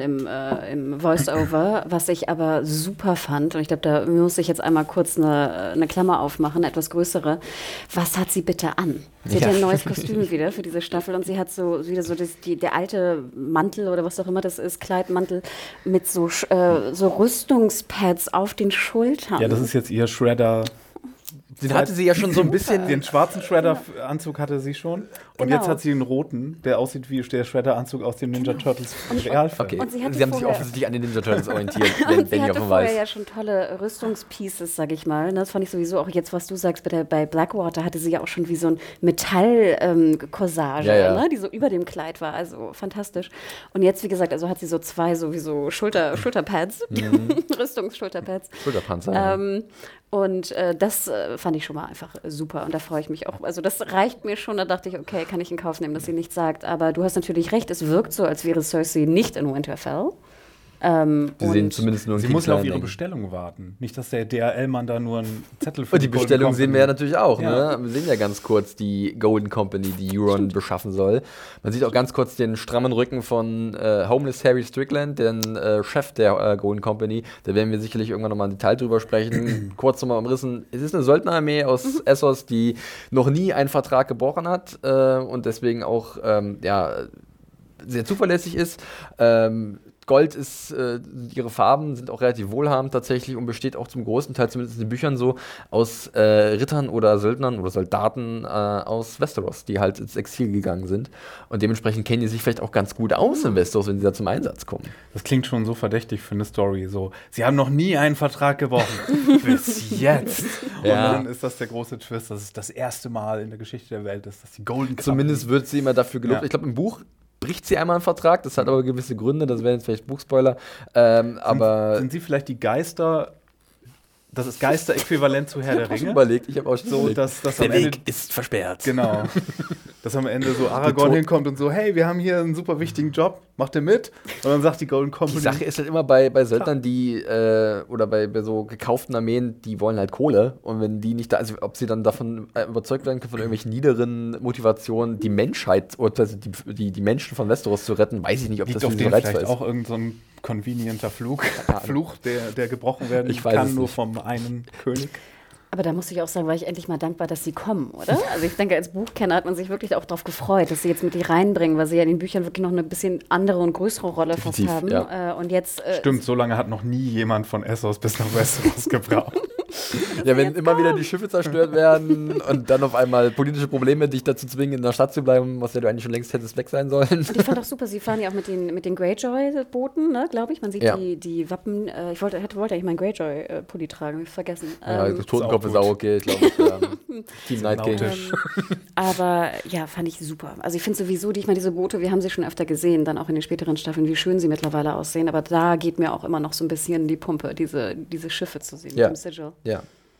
im Voice-Over, was ich aber super fand. Und ich glaube, da muss ich jetzt einmal kurz eine Klammer aufmachen, eine etwas größere. Was hat sie bitte an? Sie hat ja ein neues Kostüm wieder für diese Staffel und sie hat so wieder so der alte Mantel oder was auch immer das ist, Kleidmantel mit so Rüstungspads auf den Schultern. Ja, das ist jetzt ihr Shredder. Den hatte sie ja schon so ein bisschen. Den schwarzen Shredder-Anzug hatte sie schon. Und Genau. jetzt hat sie einen roten, der aussieht wie der Shredder-Anzug aus dem Ninja Turtles Realfilm. Okay, Und sie hatte sie haben sich vorher- offensichtlich an den Ninja Turtles orientiert, Und sie wenn ich hatte davon vorher weiß. ja schon tolle Rüstungspieces, sag ich mal. Das fand ich sowieso auch jetzt, was du sagst, bei Blackwater hatte sie ja auch schon wie so ein Metall-Corsage, Ja, ja. ne, die so über dem Kleid war. Also fantastisch. Und jetzt, wie gesagt, also hat sie so zwei sowieso Schulterpads, Rüstungsschulterpads. Schulterpanzer. Und das fand ich schon mal einfach super und da freue ich mich auch. Also das reicht mir schon, da dachte ich, okay, kann ich in Kauf nehmen, dass sie nichts sagt. Aber du hast natürlich recht, es wirkt so, als wäre Cersei nicht in Winterfell. Sie sehen zumindest nur einen Sie muss auf ihre kleinen- Bestellung warten. Nicht, dass der DHL-Mann da nur einen Zettel für Und die Golden Bestellung sehen wir ja Company- natürlich auch. Ja. Ne? Wir sehen ja ganz kurz die Golden Company, die Euron beschaffen soll. Man sieht auch ganz kurz den strammen Rücken von Homeless Harry Strickland, den Chef der Golden Company. Da werden wir sicherlich irgendwann nochmal im Detail drüber sprechen. Kurz nochmal umrissen. Es ist eine Söldnerarmee aus Essos, die noch nie einen Vertrag gebrochen hat und deswegen auch sehr zuverlässig ist. Gold ist, ihre Farben sind auch relativ wohlhabend tatsächlich und besteht auch zum großen Teil, zumindest in den Büchern so, aus Rittern oder Söldnern oder Soldaten aus Westeros, die halt ins Exil gegangen sind. Und dementsprechend kennen die sich vielleicht auch ganz gut aus in Westeros, wenn sie da zum Einsatz kommen. Das klingt schon so verdächtig für eine Story. So, sie haben noch nie einen Vertrag gebrochen. Bis jetzt. Ja. Und dann ist das der große Twist, dass es das erste Mal in der Geschichte der Welt ist, dass die Golden Company... Zumindest wird sie immer dafür gelobt. Ja. Ich glaube, im Buch bricht sie einmal einen Vertrag, das hat aber gewisse Gründe, das wären jetzt vielleicht Buchspoiler. Aber Sind sie vielleicht die Geister... Das ist Geister-Äquivalent zu Herr der ich habe Ringe? überlegt, ich habe auch schon So, überlegt. dass Der am Ende... Weg ist versperrt. Genau. Dass am Ende so Aragorn hinkommt und so, hey, wir haben hier einen super wichtigen Job, macht ihr mit? Und dann sagt die Golden Company... Die Sache ist halt immer bei Söldnern, die oder bei so gekauften Armeen, die wollen halt Kohle. Und wenn die nicht da, also ob sie dann davon überzeugt werden können, von irgendwelchen niederen Motivationen, die Menschheit, oder die Menschen von Westeros zu retten, weiß ich nicht, ob liegt das auf für sie denen reizvoll vielleicht ist. auch irgend so ein convenienter Fluch, der gebrochen werden Ich weiß kann, es nur nicht. vom einen König. Aber da muss ich auch sagen, war ich endlich mal dankbar, dass sie kommen, oder? Also ich denke, als Buchkenner hat man sich wirklich auch darauf gefreut, dass sie jetzt mit die reinbringen, weil sie ja in den Büchern wirklich noch eine bisschen andere und größere Rolle fast Definitiv, haben. ja. Und jetzt Stimmt, so lange hat noch nie jemand von Essos bis nach Westeros gebraucht. Ja, wenn immer wieder die Schiffe zerstört werden und dann auf einmal politische Probleme dich dazu zwingen, in der Stadt zu bleiben, was ja du eigentlich schon längst hättest weg sein sollen. Und ich fand auch super, sie fahren ja auch mit den Greyjoy-Booten, ne, glaube ich. Man sieht Ja. die Wappen. Ich wollte eigentlich meinen Greyjoy-Pulli tragen, hab ich vergessen. Ja, der Totenkopf ist ist auch auch okay, glaube ich. Ja. Team Night King. Nautisch. Aber ja, fand ich super. Also ich finde sowieso, diese Boote, wir haben sie schon öfter gesehen, dann auch in den späteren Staffeln, wie schön sie mittlerweile aussehen. Aber da geht mir auch immer noch so ein bisschen die Pumpe, diese Schiffe zu sehen Ja. mit dem Sigil. Ja.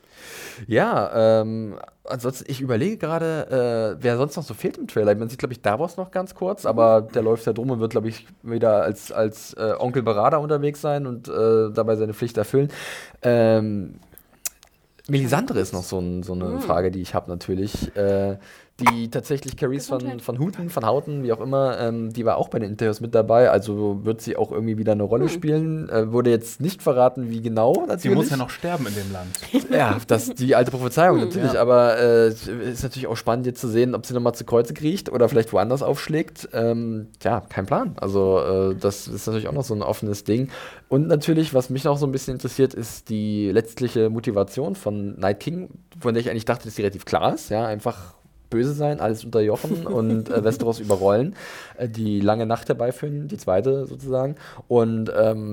Ja, ansonsten, ich überlege gerade, wer sonst noch so fehlt im Trailer. Man sieht, glaube ich, Davos noch ganz kurz, aber der läuft ja drum und wird, glaube ich, wieder als Onkel Berater unterwegs sein und dabei seine Pflicht erfüllen. Melisandre ist noch so eine Frage, die ich habe natürlich. Die tatsächlich Carice von Houten, wie auch immer, die war auch bei den Interviews mit dabei, also wird sie auch irgendwie wieder eine Rolle spielen. Wurde jetzt nicht verraten, wie genau natürlich. Sie muss ja noch sterben in dem Land. Ja, das die alte Prophezeiung natürlich, Ja. aber ist natürlich auch spannend jetzt zu sehen, ob sie nochmal zu Kreuze kriecht oder vielleicht woanders aufschlägt. Ja, kein Plan. Also das ist natürlich auch noch so ein offenes Ding. Und natürlich, was mich noch so ein bisschen interessiert, ist die letztliche Motivation von Night King, von der ich eigentlich dachte, dass die relativ klar ist. Ja, einfach böse sein, alles unterjochen und Westeros überrollen, die lange Nacht herbeiführen, die zweite sozusagen. Und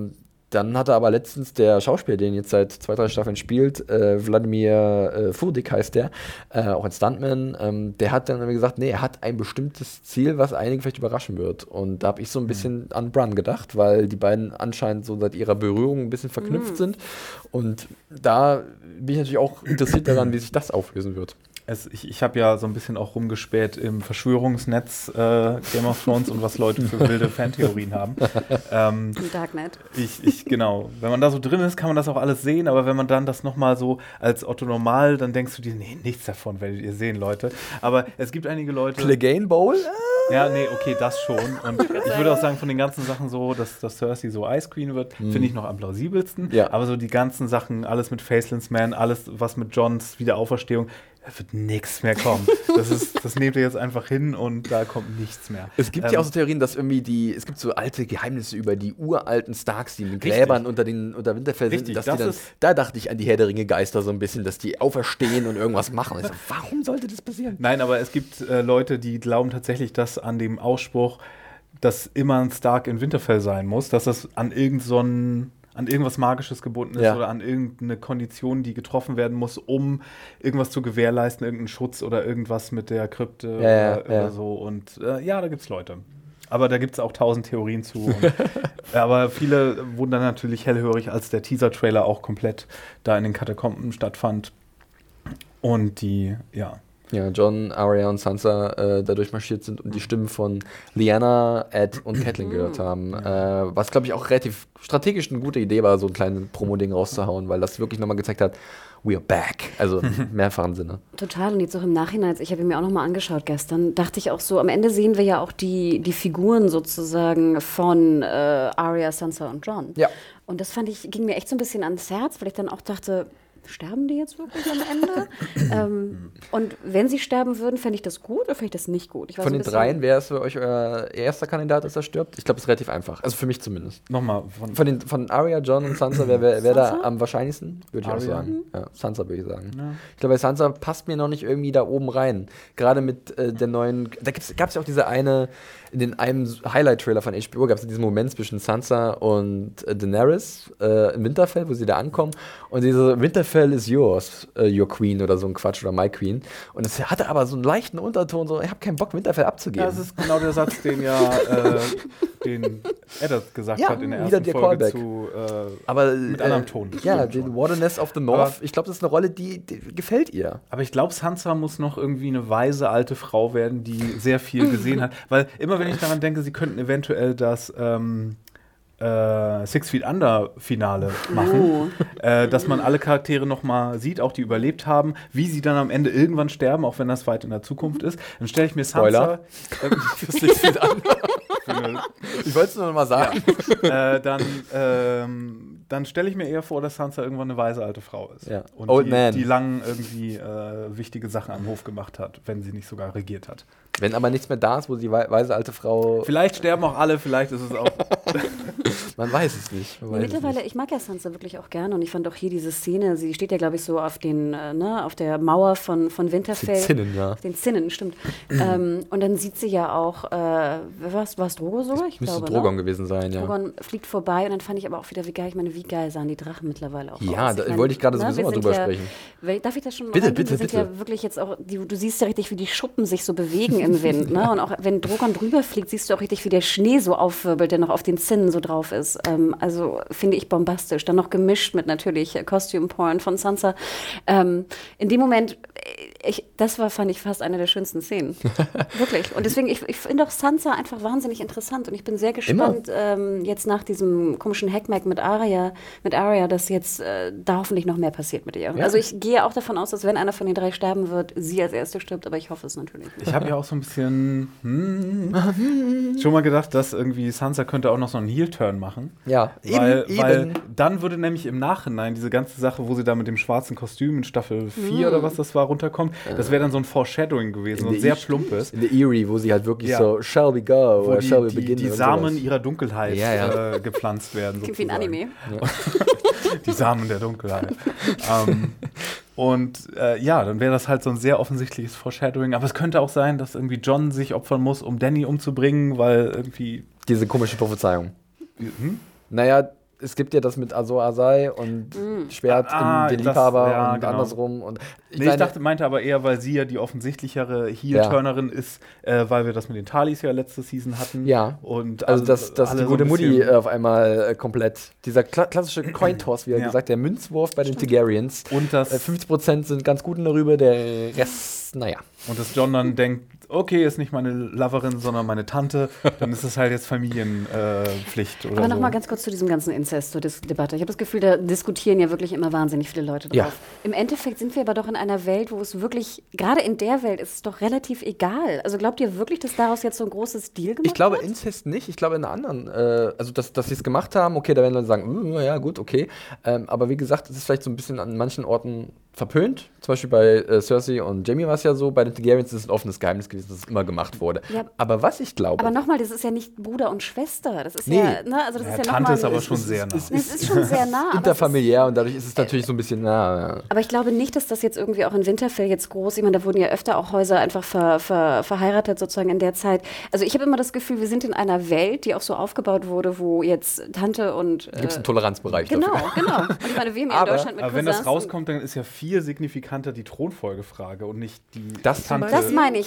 dann hatte aber letztens der Schauspieler, den jetzt seit 2-3 Staffeln spielt, Wladimir Furdik heißt der, auch ein Stuntman, der hat dann irgendwie gesagt, nee, er hat ein bestimmtes Ziel, was einige vielleicht überraschen wird. Und da habe ich so ein bisschen an Bran gedacht, weil die beiden anscheinend so seit ihrer Berührung ein bisschen verknüpft sind. Und da bin ich natürlich auch interessiert daran, wie sich das auflösen wird. Ich habe ja so ein bisschen auch rumgespäht im Verschwörungsnetz Game of Thrones und was Leute für wilde Fantheorien haben. Im Darknet. Genau. Wenn man da so drin ist, kann man das auch alles sehen, aber wenn man dann das nochmal so als Otto Normal, dann denkst du dir, nee, nichts davon werdet ihr sehen, Leute. Aber es gibt einige Leute... Clegane Bowl? Ja, nee, okay, das schon. Und ich würde auch sagen, von den ganzen Sachen so, dass Cersei so Ice Queen wird, finde ich noch am plausibelsten. Ja. Aber so die ganzen Sachen, alles mit Faceless Man, alles was mit Johns Wiederauferstehung, da wird nichts mehr kommen. Das nehmt ihr jetzt einfach hin und da kommt nichts mehr. Es gibt ja auch so Theorien, dass irgendwie es gibt so alte Geheimnisse über die uralten Starks, die in den Gräbern unter Winterfell sind. Richtig, Dass das die dann, ist- da dachte ich an die Herr der Ringe Geister so ein bisschen, dass die auferstehen und irgendwas machen. Und ich so, warum sollte das passieren? Nein, aber es gibt Leute, die glauben tatsächlich, dass an dem Ausspruch, dass immer ein Stark in Winterfell sein muss, dass das an irgendwas Magisches gebunden ist Ja. oder an irgendeine Kondition, die getroffen werden muss, um irgendwas zu gewährleisten, irgendeinen Schutz oder irgendwas mit der Krypte oder so. Und ja, da gibt's Leute. Aber da gibt es auch 1000 Theorien zu. Und, aber viele wurden dann natürlich hellhörig, als der Teaser-Trailer auch komplett da in den Katakomben stattfand. Und die, ja. Ja, Jon, Arya und Sansa da durchmarschiert sind und die Stimmen von Lyanna, Ed und Catelyn gehört haben. Was, glaube ich, auch relativ strategisch eine gute Idee war, so ein kleines Promo-Ding rauszuhauen, weil das wirklich nochmal gezeigt hat, we are back. Also im mehrfachen Sinne. Total. Und jetzt auch im Nachhinein, ich habe ihn mir auch nochmal angeschaut gestern, dachte ich auch so, am Ende sehen wir ja auch die Figuren sozusagen von Arya, Sansa und Jon. Ja. Und das ging mir echt so ein bisschen ans Herz, weil ich dann auch dachte, sterben die jetzt wirklich am Ende? Und wenn sie sterben würden, fände ich das gut oder fände ich das nicht gut? Ich war Von so ein den dreien, wer ist für euch euer erster Kandidat, dass er stirbt? Ich glaube, es ist relativ einfach. Also für mich zumindest. Nochmal. Von Arya, Jon und Sansa, wer da Sansa? am wahrscheinlichsten? Würde ich auch Arya? sagen. Ja, Sansa würde ich sagen. Ja. Ich glaube, bei Sansa passt mir noch nicht irgendwie da oben rein. Gerade mit der neuen. Da gab es ja auch diese eine. In einem Highlight-Trailer von HBO gab es diesen Moment zwischen Sansa und Daenerys im Winterfell, wo sie da ankommen. Und diese Winterfell is yours, your queen oder so ein Quatsch oder my queen. Und es hatte aber so einen leichten Unterton, so, ich habe keinen Bock, Winterfell abzugeben. Ja, das ist genau der Satz, den den Eddard gesagt hat in der wieder ersten der Folge Callback. Aber, mit anderem Ton. Ja, Stimmt die schon. Wardenness of the North, Aber ich glaube, das ist eine Rolle, die gefällt ihr. Aber ich glaube, Sansa muss noch irgendwie eine weise alte Frau werden, die sehr viel gesehen hat. Weil immer, wenn ich daran denke, sie könnten eventuell das Six Feet Under Finale machen, dass man alle Charaktere noch mal sieht, auch die überlebt haben, wie sie dann am Ende irgendwann sterben, auch wenn das weit in der Zukunft ist. Dann stelle ich mir Sansa für Six Feet Under. Ich wollte es nur noch mal sagen. Dann stelle ich mir eher vor, dass Sansa irgendwann eine weise alte Frau ist. Ja. Und Old Man. die lang irgendwie wichtige Sachen am Hof gemacht hat, wenn sie nicht sogar regiert hat. Wenn aber nichts mehr da ist, wo die weise alte Frau. Vielleicht sterben auch alle, vielleicht ist es auch. Man weiß es nicht. Mittlerweile, ich mag ja Sansa wirklich auch gerne und ich fand auch hier diese Szene, sie steht ja, glaube ich, so auf auf der Mauer von Winterfell. Den Zinnen, ja. Auf den Zinnen, stimmt. Und dann sieht sie ja auch, war es Drogo sogar? Ich Müsste glaube, Drogon gewesen sein, ja. Drogon fliegt vorbei und dann fand ich aber auch wieder, wie geil sahen die Drachen mittlerweile auch Ja, aus. da wollte ich gerade sowieso mal drüber sprechen. Darf ich das schon mal Bitte, reingehen? bitte, Wir sind bitte. ja wirklich jetzt auch, du siehst ja richtig, wie die Schuppen sich so bewegen im Wind. Ne? Und auch wenn Drogon drüber fliegt, siehst du auch richtig, wie der Schnee so aufwirbelt, der noch auf den Zinnen so drauf ist. Also finde ich bombastisch. Dann noch gemischt mit natürlich Costume Porn von Sansa. In dem Moment, fand ich fast eine der schönsten Szenen. Wirklich. Und deswegen, ich finde auch Sansa einfach wahnsinnig interessant. Und ich bin sehr gespannt, jetzt nach diesem komischen Hackmack mit Arya, dass jetzt da hoffentlich noch mehr passiert mit ihr. Ja. Also ich gehe auch davon aus, dass wenn einer von den drei sterben wird, sie als Erste stirbt, aber ich hoffe es natürlich nicht. Ich habe ja auch so ein bisschen schon mal gedacht, dass irgendwie Sansa könnte auch noch so einen Heel-Turn machen. Ja, weil dann würde nämlich im Nachhinein diese ganze Sache, wo sie da mit dem schwarzen Kostüm in Staffel 4 oder was das war, runterkommt, das wäre dann so ein Foreshadowing gewesen, so ein sehr plumpes. In der Eerie, wo sie halt wirklich so, shall we go, wo oder shall we begin? Die Samen ihrer Dunkelheit gepflanzt werden. Klingt wie ein Anime. Ja. Die Samen der Dunkelheit. Dann wäre das halt so ein sehr offensichtliches Foreshadowing. Aber es könnte auch sein, dass irgendwie Jon sich opfern muss, um Dany umzubringen, weil irgendwie. Diese komische Prophezeiung. Naja, es gibt ja das mit Azor Ahai und Schwert in den Liebhaber und genau. Andersrum. Und ich meinte aber eher, weil sie ja die offensichtlichere Heel-Turnerin ist, weil wir das mit den Talis ja letzte Season hatten. Ja, und also dass die gute Mutti auf einmal komplett, dieser klassische Coin-Toss, wie er gesagt, der Münzwurf bei den Targaryens. Und das 50% sind ganz gut darüber, der Rest, naja. Und dass Jon dann denkt, okay, ist nicht meine Loverin, sondern meine Tante, dann ist es halt jetzt Familienpflicht oder aber so. nochmal ganz kurz zu diesem ganzen Inzest-Debatte. Ich habe das Gefühl, da diskutieren ja wirklich immer wahnsinnig viele Leute drauf. Ja. Im Endeffekt sind wir aber doch in einer Welt, wo es wirklich, gerade in der Welt ist es doch relativ egal. Also glaubt ihr wirklich, dass daraus jetzt so ein großes Deal gemacht wird? Ich glaube Inzest nicht, ich glaube in einer anderen, also dass sie es gemacht haben, okay, da werden Leute sagen, ja gut, okay, aber wie gesagt, es ist vielleicht so ein bisschen an manchen Orten verpönt, zum Beispiel bei Cersei und Jaime war es ja so, bei den Targaryens ist es ein offenes Geheimnis gewesen, dass es immer gemacht wurde. Ja. Aber was ich glaube... Aber nochmal, das ist ja nicht Bruder und Schwester, das ist ja, ne, also das ist ja Tante noch ist mal, aber schon sehr nah. Es ist schon sehr nah. Interfamiliär und dadurch ist es natürlich so ein bisschen nah. Ja. Aber ich glaube nicht, dass das jetzt irgendwie auch in Winterfell jetzt groß, ich meine, da wurden ja öfter auch Häuser einfach verheiratet sozusagen in der Zeit. Also ich habe immer das Gefühl, wir sind in einer Welt, die auch so aufgebaut wurde, wo jetzt Tante und... Gibt es einen Toleranzbereich genau, dafür. Genau. Und ich meine, wir haben in Deutschland mit aber wenn das rauskommt, dann ist ja viel signifikanter die Thronfolgefrage und nicht die Tante. Das meine ich ja. Also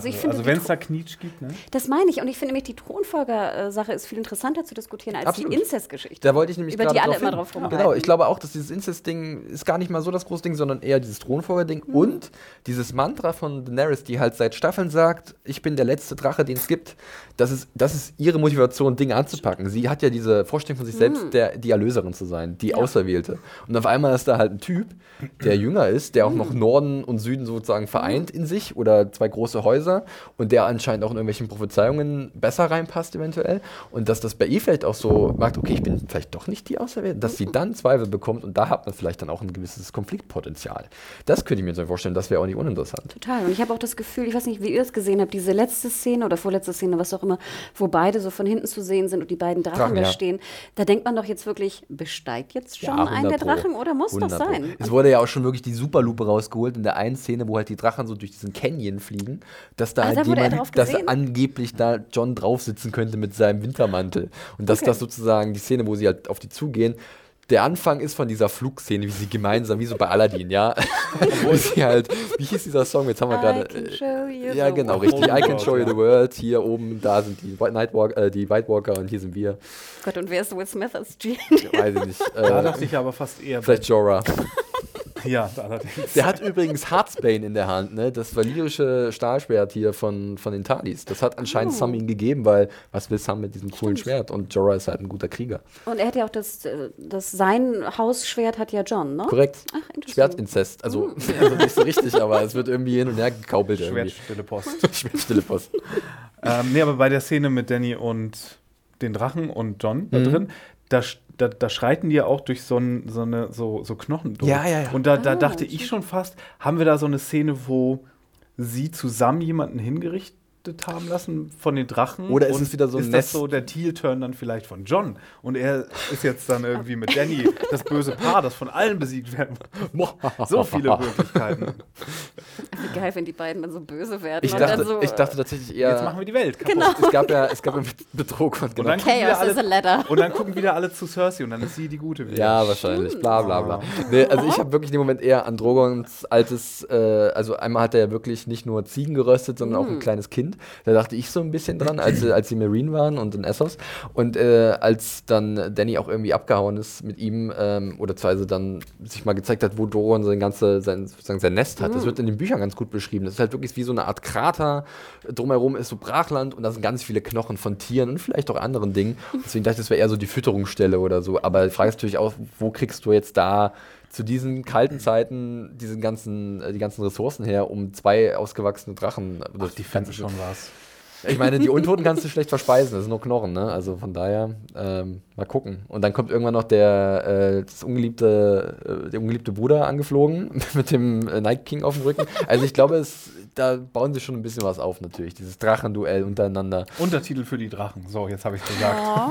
Also ich finde, wenn es da Knitsch gibt, ne? das meine ich. Und ich finde nämlich, die Thronfolger-Sache ist viel interessanter zu diskutieren als Absolut. die Inzest-Geschichte. Da wollte ich nämlich über gerade die alle drauf immer hin. drauf rumreiten. Genau, ich glaube auch, dass dieses Incest-Ding ist gar nicht mal so das große Ding, sondern eher dieses Thronfolger-Ding und dieses Mantra von Daenerys, die halt seit Staffeln sagt, ich bin der letzte Drache, den es gibt. Das ist ihre Motivation, Dinge anzupacken. Sie hat ja diese Vorstellung von sich selbst, die Erlöserin zu sein, die Auserwählte. Und auf einmal ist da halt ein Typ, der jünger ist, der auch noch Norden und Süden sozusagen vereint in sich oder zwei große Häuser und der anscheinend auch in irgendwelchen Prophezeiungen besser reinpasst eventuell. Und dass das bei ihr vielleicht auch so macht, okay, ich bin vielleicht doch nicht die Auserwählte, dass sie dann Zweifel bekommt und da hat man vielleicht dann auch ein gewisses Konfliktpotenzial. Das könnte ich mir so vorstellen, das wäre auch nicht uninteressant. Total. Und ich habe auch das Gefühl, ich weiß nicht, wie ihr es gesehen habt, diese letzte Szene oder vorletzte Szene, was auch immer, wo beide so von hinten zu sehen sind und die beiden Drachen da stehen. Da denkt man doch jetzt wirklich, besteigt jetzt schon einen der Drachen oder muss doch sein? Es wurde ja auch schon wirklich die Superlupe rausgeholt in der einen Szene, wo halt die Drachen so durch diesen Canyon fliegen, dass da halt dass angeblich da Jon drauf sitzen könnte mit seinem Wintermantel. Und dass das sozusagen die Szene, wo sie halt auf die zugehen, der Anfang ist von dieser Flugszene, wie sie gemeinsam, wie so bei Aladdin, ja, wo sie halt, wie hieß dieser Song, jetzt haben wir gerade, ja genau, richtig, I can show you the world, hier oben, da sind die White Walker und hier sind wir. Gott, und wer ist Will Smith als Gene? Weiß ich nicht. Da dachte ich aber fast eher. Vielleicht Jorah. Ja, allerdings. Der hat übrigens Heartsbane in der Hand, ne? Das valyrische Stahlschwert hier von den Talis. Das hat anscheinend Sam ihm gegeben, weil was will Sam mit diesem coolen Schwert? Und Jorah ist halt ein guter Krieger. Und er hat ja auch sein Hausschwert hat ja John, ne? Korrekt. Ach, Schwertinzest. Also nicht so richtig, aber es wird irgendwie hin und her gekaubelt. Schwertstille Post. Schwertstille Post. Nee, aber bei der Szene mit Dany und den Drachen und Jon da drin, da schreiten die ja auch durch so Knochen durch. Ja. Und da dachte ich schon fast, haben wir da so eine Szene, wo sie zusammen jemanden hingerichtet haben lassen von den Drachen? Oder ist es wieder so ein Ist das so der Heel-Turn dann vielleicht von Jon? Und er ist jetzt dann irgendwie mit Dany das böse Paar, das von allen besiegt werden muss. So viele Möglichkeiten. Wie geil, wenn die beiden dann so böse werden. Ich dachte tatsächlich eher. Jetzt machen wir die Welt kaputt. Genau. Es gab ja Betrug und genau. Chaos is a ladder. Und dann gucken wieder alle zu Cersei und dann ist sie die Gute wieder. Ja, wahrscheinlich. Bla bla bla. Nee, also ich habe wirklich in dem Moment eher an Drogons altes, also einmal hat er ja wirklich nicht nur Ziegen geröstet, sondern auch ein kleines Kind. Da dachte ich so ein bisschen dran, als sie Marine waren und in Essos. Und als dann Dany auch irgendwie abgehauen ist mit ihm, oder beziehungsweise dann sich mal gezeigt hat, wo Drogon sein Nest hat. Das wird in den Büchern ganz gut beschrieben. Das ist halt wirklich wie so eine Art Krater. Drumherum ist so Brachland und da sind ganz viele Knochen von Tieren und vielleicht auch anderen Dingen. Deswegen dachte ich, das wäre eher so die Fütterungsstelle oder so. Aber die Frage ist natürlich auch, wo kriegst du jetzt da zu diesen kalten Zeiten die ganzen Ressourcen her, um 2 ausgewachsene Drachen. Ach, die fänden schon was. Ich meine, die Untoten kannst du schlecht verspeisen, das sind nur Knochen, ne? Also von daher, mal gucken. Und dann kommt irgendwann noch der ungeliebte Bruder angeflogen mit dem Night King auf dem Rücken. Also ich glaube, da bauen sie schon ein bisschen was auf natürlich, dieses Drachenduell untereinander. Untertitel für die Drachen, so, jetzt habe ich es gesagt. Ja.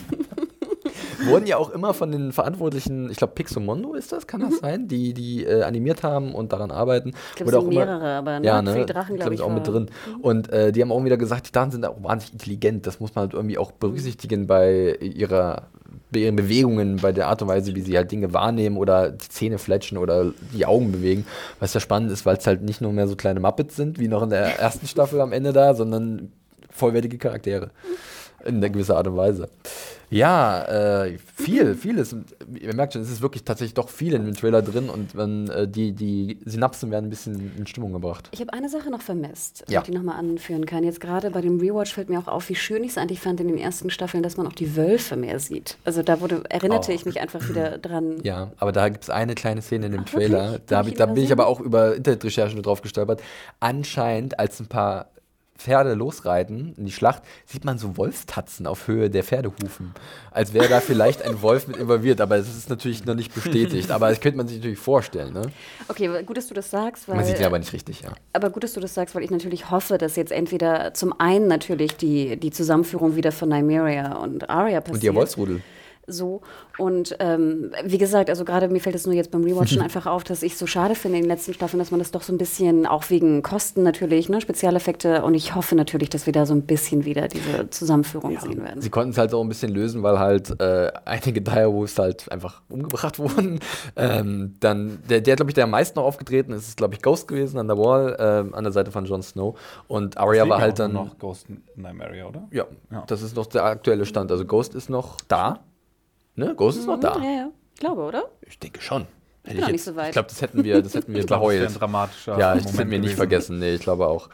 Wurden ja auch immer von den Verantwortlichen, ich glaube Pixomondo ist das, kann das sein, die animiert haben und daran arbeiten. Ich glaube, es sind mehrere, aber ja, für die Drachen, glaube ich, auch mit drin. Und die haben auch wieder gesagt, die Drachen sind auch wahnsinnig intelligent. Das muss man halt irgendwie auch berücksichtigen bei ihren Bewegungen, bei der Art und Weise, wie sie halt Dinge wahrnehmen oder die Zähne fletschen oder die Augen bewegen. Was ja spannend ist, weil es halt nicht nur mehr so kleine Muppets sind, wie noch in der ersten Staffel am Ende da, sondern vollwertige Charaktere. In einer gewissen Art und Weise. Ja, vieles. Ihr merkt schon, es ist wirklich tatsächlich doch viel in dem Trailer drin und die Synapsen werden ein bisschen in Stimmung gebracht. Ich habe eine Sache noch vermisst, die ich nochmal anführen kann. Jetzt gerade bei dem Rewatch fällt mir auch auf, wie schön ich es eigentlich fand in den ersten Staffeln, dass man auch die Wölfe mehr sieht. Also da erinnerte ich mich einfach wieder dran. Ja, aber da gibt es eine kleine Szene in dem Trailer. Da bin ich aber auch über Internetrecherchen drauf gestolpert. Anscheinend, als ein paar Pferde losreiten in die Schlacht, sieht man so Wolfstatzen auf Höhe der Pferdehufen. Als wäre da vielleicht ein Wolf mit involviert, aber es ist natürlich noch nicht bestätigt. Aber das könnte man sich natürlich vorstellen. Ne? Okay, gut, dass du das sagst. Man sieht ihn aber nicht richtig, ja. Aber gut, dass du das sagst, weil ich natürlich hoffe, dass jetzt entweder zum einen natürlich die Zusammenführung wieder von Nymeria und Arya passiert. Und ihr Wolfsrudel. so. Und wie gesagt, also gerade mir fällt es nur jetzt beim Rewatchen einfach auf, dass ich so schade finde in den letzten Staffeln, dass man das doch so ein bisschen, auch wegen Kosten natürlich, ne, Spezialeffekte, und ich hoffe natürlich, dass wir da so ein bisschen wieder diese Zusammenführung sehen werden. Sie konnten es halt auch ein bisschen lösen, weil halt einige Direwolves halt einfach umgebracht wurden. Dann, der glaube ich, der am meisten noch aufgetreten ist, glaube ich, Ghost gewesen an der Wall, an der Seite von Jon Snow. Und Arya war halt dann noch Ghost Nymeria, oder? Ja, das ist noch der aktuelle Stand. Also Ghost ist noch da. Ne? Ghost ist noch da. Ja, ich glaube, oder? Ich denke schon. Ich bin noch nicht so weit. Ich glaube, das hätten wir geheult. Das wäre ein dramatischer Ja, das Moment hätten wir nicht gewesen. vergessen. Nee, ich glaube auch.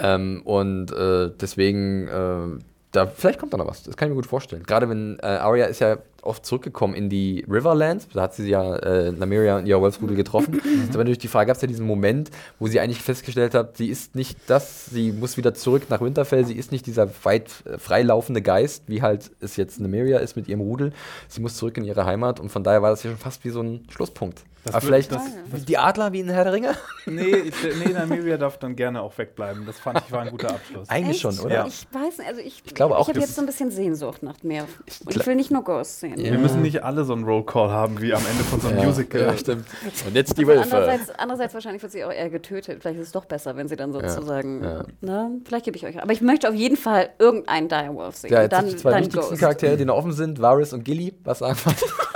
Deswegen, vielleicht kommt da noch was. Das kann ich mir gut vorstellen. Gerade wenn Arya ist ja oft zurückgekommen in die Riverlands. Da hat sie ja Nymeria und ihrer Wolfsrudel getroffen. Das ist aber natürlich die Frage, gab es ja diesen Moment, wo sie eigentlich festgestellt hat, sie ist nicht das, sie muss wieder zurück nach Winterfell, sie ist nicht dieser weit freilaufende Geist, wie halt es jetzt Nymeria ist mit ihrem Rudel. Sie muss zurück in ihre Heimat und von daher war das ja schon fast wie so ein Schlusspunkt. Aber vielleicht die Adler wie in Herr der Ringe? Nee, Nymeria darf dann gerne auch wegbleiben. Das fand ich war ein guter Abschluss. Eigentlich Echt? schon, oder? Ja. Ich weiß nicht, also ich glaube auch, ich habe das jetzt so ein bisschen Sehnsucht nach mehr. Ich will nicht nur Ghost sehen. Ja. Wir müssen nicht alle so einen Rollcall haben wie am Ende von so einem Musical. Ja, stimmt. Und jetzt die Wölfe. Andererseits wahrscheinlich wird sie auch eher getötet. Vielleicht ist es doch besser, wenn sie dann sozusagen. Na, vielleicht gebe ich euch. Aber ich möchte auf jeden Fall irgendeinen Direwolf sehen. Ja, jetzt dann, sind die zwei dann wichtigsten Ghost. Charaktere, die noch offen sind, Varys und Gilly. Was sagen wir?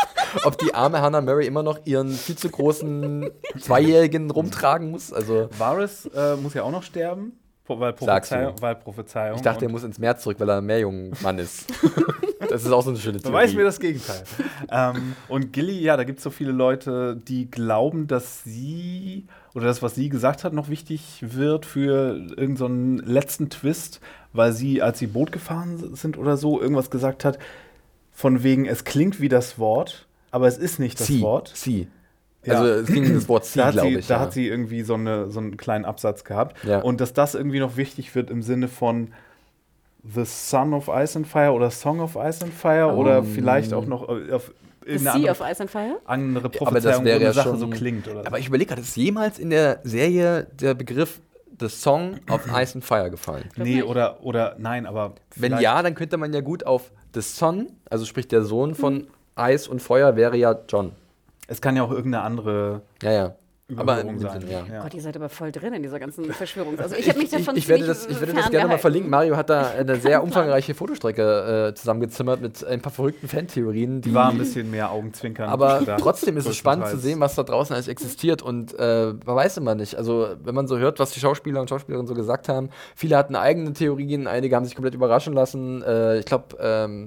Ob die arme Hannah Murray immer noch ihren viel zu großen Zweijährigen rumtragen muss. Also, Varys muss ja auch noch sterben, weil Sagst du. Prophezeiung. ich dachte, er muss ins Meer zurück, weil er ein Meerjungmann ist. Das ist auch so eine schöne Theorie. Beweis mir das Gegenteil. Und Gilly, ja, da gibt es so viele Leute, die glauben, dass sie oder das, was sie gesagt hat, noch wichtig wird für irgendeinen so einen letzten Twist, weil sie, als sie Boot gefahren sind oder so, irgendwas gesagt hat, von wegen, es klingt wie das Wort, aber es ist nicht das Wort. Sie. Ja. Also es ging um das Wort sie, glaube ich. Da hat sie irgendwie so einen kleinen Absatz gehabt. Ja. Und dass das irgendwie noch wichtig wird im Sinne von The Son of Ice and Fire oder Song of Ice and Fire oder vielleicht auch noch auf The irgendeine Sea of Ice and Fire? andere aber das Prophezeiung, wo wäre eine ja Sache schon so klingt. Oder Aber ich überlege gerade, ist jemals in der Serie der Begriff The Song of Ice and Fire gefallen? nee, oder nein, aber Wenn vielleicht- ja, dann könnte man ja gut auf The Son, also sprich der Sohn von Eis und Feuer wäre ja John. Es kann ja auch irgendeine andere Ja. Aber Überhöhung in dem sein. Sinne, ja. Ja. Gott, ihr seid aber voll drin in dieser ganzen Verschwörung. Also ich habe mich davon Ich werde ziemlich das gerne mal ferngehalten. verlinken. Mario hat da eine sehr umfangreiche Fotostrecke zusammengezimmert mit ein paar verrückten Fantheorien. Die war ein bisschen mehr Augenzwinkern. Aber da. trotzdem ist es spannend zu Größtenteils. sehen, was da draußen alles existiert. Und man weiß immer nicht. Also, wenn man so hört, was die Schauspieler und Schauspielerinnen so gesagt haben, viele hatten eigene Theorien, einige haben sich komplett überraschen lassen. Ich glaube,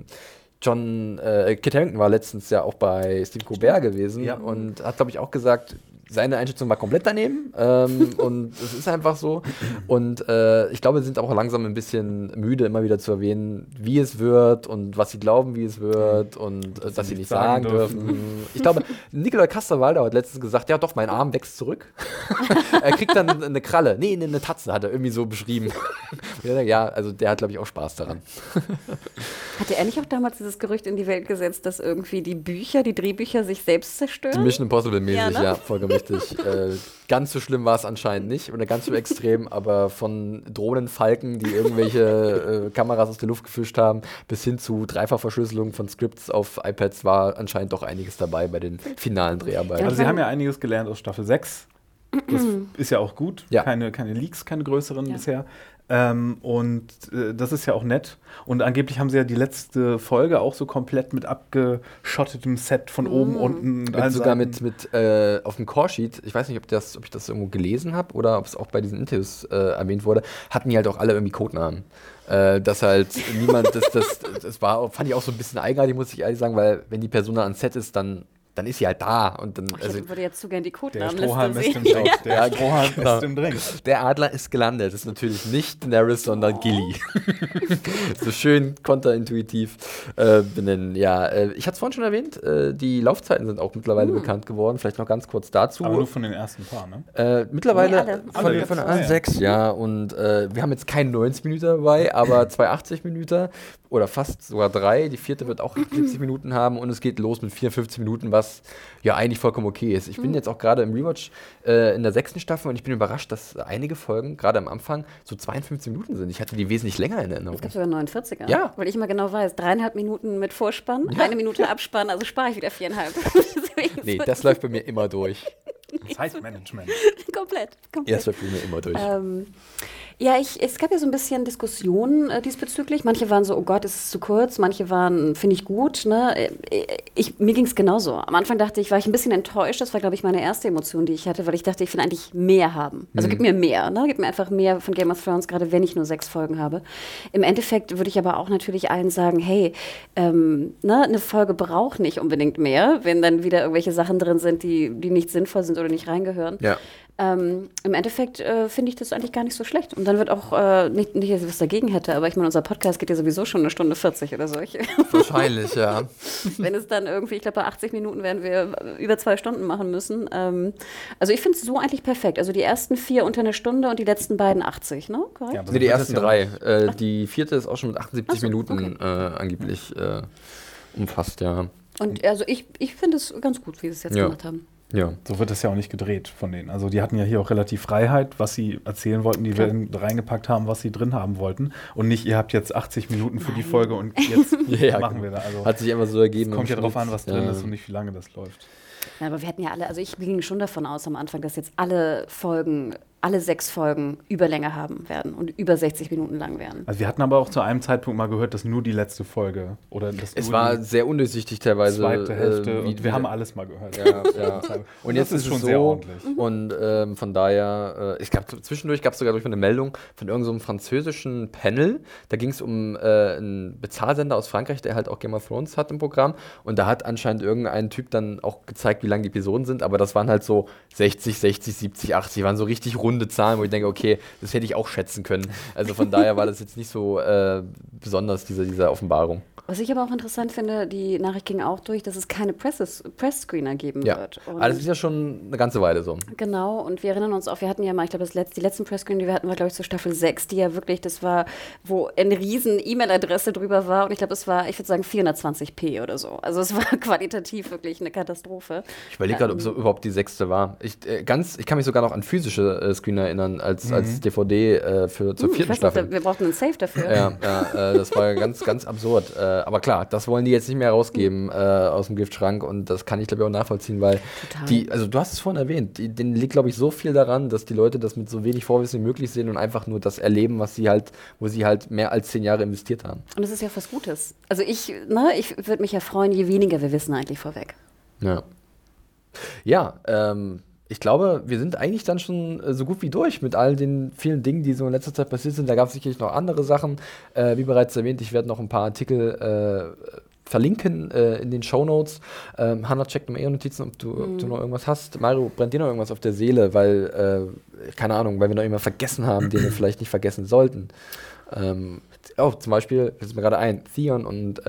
Kit Harington war letztens ja auch bei Steve Colbert gewesen und hat, glaube ich, auch gesagt, seine Einschätzung war komplett daneben und es ist einfach so. Und ich glaube, sie sind auch langsam ein bisschen müde, immer wieder zu erwähnen, wie es wird und was sie glauben, wie es wird und dass sie nicht sagen dürfen. Ich glaube, Nikolai Coster-Waldau hat letztens gesagt, ja doch, mein Arm wächst zurück. Er kriegt dann eine Kralle. Nee, eine Tatze, hat er irgendwie so beschrieben. Ja, also der hat, glaube ich, auch Spaß daran. Hatte er nicht auch damals dieses Gerücht in die Welt gesetzt, dass irgendwie die Drehbücher sich selbst zerstören? Mission Impossible-mäßig, Ja, ne? ja, vollkommen richtig. Ganz so schlimm war es anscheinend nicht oder ganz so extrem, aber von Drohnenfalken, die irgendwelche Kameras aus der Luft gefischt haben, bis hin zu Dreifachverschlüsselung von Scripts auf iPads war anscheinend doch einiges dabei bei den finalen Dreharbeiten. Also sie haben ja einiges gelernt aus Staffel 6. Das ist ja auch gut. Ja. Keine Leaks, keine größeren bisher. Das ist ja auch nett. Und angeblich haben sie ja die letzte Folge auch so komplett mit abgeschottetem Set von oben, unten. und allen Sogar Seiten. mit auf dem Core-Sheet, ich weiß nicht, ob ich das irgendwo gelesen habe oder ob es auch bei diesen Interviews erwähnt wurde, hatten die halt auch alle irgendwie Codenamen. Dass halt niemand, das war, fand ich auch so ein bisschen eigenartig, muss ich ehrlich sagen, weil wenn die Person dann ans Set ist, dann ist sie halt da. Und dann, Ich würde jetzt zu gern die Der Codenamenliste Strohhalm ist sehen. im Drink. Der Ja, Strohhalm genau. ist im Drink. Der Adler ist gelandet. Das ist natürlich nicht Daenerys, sondern Gilly. So schön konterintuitiv benennen. Ja, ich hatte es vorhin schon erwähnt, die Laufzeiten sind auch mittlerweile bekannt geworden. Vielleicht noch ganz kurz dazu. Aber nur von den ersten paar, ne? Mittlerweile Nee, alle. von Alle jetzt? allen 6, ja. Und wir haben jetzt keinen 90 Minuten dabei, aber 2 80 Minuten. oder fast sogar 3. Die 4. wird auch 70 Minuten haben und es geht los mit 54 Minuten, was ja eigentlich vollkommen okay ist. Ich bin jetzt auch gerade im Rewatch in der 6. Staffel und ich bin überrascht, dass einige Folgen, gerade am Anfang, so 52 Minuten sind. Ich hatte die wesentlich länger in Erinnerung. Es gab sogar 49er. Ja. Weil ich immer genau weiß, 3,5 Minuten mit Vorspann, 1 Minute Abspann, also spare ich wieder 4,5. Nee, das läuft bei mir immer durch. Zeitmanagement. Komplett. Ja, das läuft bei mir immer durch. Es gab ja so ein bisschen Diskussionen diesbezüglich. Manche waren so, oh Gott, ist es zu kurz. Manche waren, finde ich gut. Ne? Mir ging es genauso. Am Anfang war ich ein bisschen enttäuscht. Das war, glaube ich, meine erste Emotion, die ich hatte, weil ich dachte, ich will eigentlich mehr haben. Also gib mir mehr. Ne? Gib mir einfach mehr von Game of Thrones, gerade wenn ich nur 6 Folgen habe. Im Endeffekt würde ich aber auch natürlich allen sagen, hey, eine Folge braucht nicht unbedingt mehr, wenn dann wieder irgendwelche Sachen drin sind, die nicht sinnvoll sind oder nicht reingehören. Ja. Im Endeffekt finde ich das eigentlich gar nicht so schlecht. Und dann wird auch, nicht, dass ich was dagegen hätte, aber ich meine, unser Podcast geht ja sowieso schon 1 Stunde 40 oder so. Wahrscheinlich, ja. Wenn es dann irgendwie, ich glaube, bei 80 Minuten werden wir über 2 Stunden machen müssen. Also ich finde es so eigentlich perfekt. Also die ersten 4 unter 1 Stunde und die letzten beiden 80, ne? Korrekt? Ja, Nee, die ersten 3. Die 4. ist auch schon mit 78 Minuten angeblich umfasst, ja. Und also ich finde es ganz gut, wie sie es jetzt gemacht haben. Ja. So wird das ja auch nicht gedreht von denen. Also die hatten ja hier auch relativ Freiheit, was sie erzählen wollten, die wir reingepackt haben, was sie drin haben wollten. Und nicht, ihr habt jetzt 80 Minuten für die Folge und jetzt machen wir da. Also hat sich immer so ergeben. Es kommt ja drauf an, was drin ist und nicht, wie lange das läuft. Ja, aber wir hatten ja alle, also ich ging schon davon aus am Anfang, dass jetzt alle 6 Folgen Überlänge haben werden und über 60 Minuten lang werden. Also wir hatten aber auch zu einem Zeitpunkt mal gehört, dass nur die letzte Folge oder das es war sehr undurchsichtig teilweise. Zweite Hälfte und wir haben alles mal gehört. Ja. Und jetzt ist schon es sehr so, ordentlich. Und von daher, zwischendurch gab es sogar eine Meldung von irgendeinem französischen Panel, da ging es um einen Bezahlsender aus Frankreich, der halt auch Game of Thrones hat im Programm und da hat anscheinend irgendein Typ dann auch gezeigt, wie lang die Episoden sind, aber das waren halt so 60, 70, 80, waren so richtig runde Zahlen, wo ich denke, okay, das hätte ich auch schätzen können. Also von daher war das jetzt nicht so besonders, diese Offenbarung. Was ich aber auch interessant finde, die Nachricht ging auch durch, dass es keine Press-Screener geben wird. Und das ist ja schon eine ganze Weile so. Genau, und wir erinnern uns auch, wir hatten ja mal, ich glaube, die letzten Press-Screener, die wir hatten, war, glaube ich, zur Staffel 6, die ja wirklich, das war, wo eine riesen E-Mail-Adresse drüber war und ich glaube, es war, ich würde sagen, 420p oder so. Also es war qualitativ wirklich eine Katastrophe. Ich überlege gerade, ob es überhaupt die 6. war. Ich kann mich sogar noch an physische Screener erinnern, als DVD zur 4. Staffel. Wir brauchten einen Safe dafür. Ja, das war ganz, ganz absurd. Aber klar, das wollen die jetzt nicht mehr rausgeben aus dem Giftschrank und das kann ich, glaube ich, auch nachvollziehen, weil also du hast es vorhin erwähnt, denen liegt, glaube ich, so viel daran, dass die Leute das mit so wenig Vorwissen wie möglich sehen und einfach nur das erleben, wo sie halt mehr als 10 Jahre investiert haben. Und das ist ja was Gutes. Also ich würde mich ja freuen, je weniger wir wissen eigentlich vorweg. Ja, ich glaube, wir sind eigentlich dann schon so gut wie durch mit all den vielen Dingen, die so in letzter Zeit passiert sind. Da gab es sicherlich noch andere Sachen. Wie bereits erwähnt, ich werde noch ein paar Artikel verlinken in den Shownotes. Hannah, check mal Notizen, ob du noch irgendwas hast. Mario, brennt dir noch irgendwas auf der Seele, weil, keine Ahnung, weil wir noch immer vergessen haben, den wir vielleicht nicht vergessen sollten. Zum Beispiel, fällt mir gerade ein, Theon und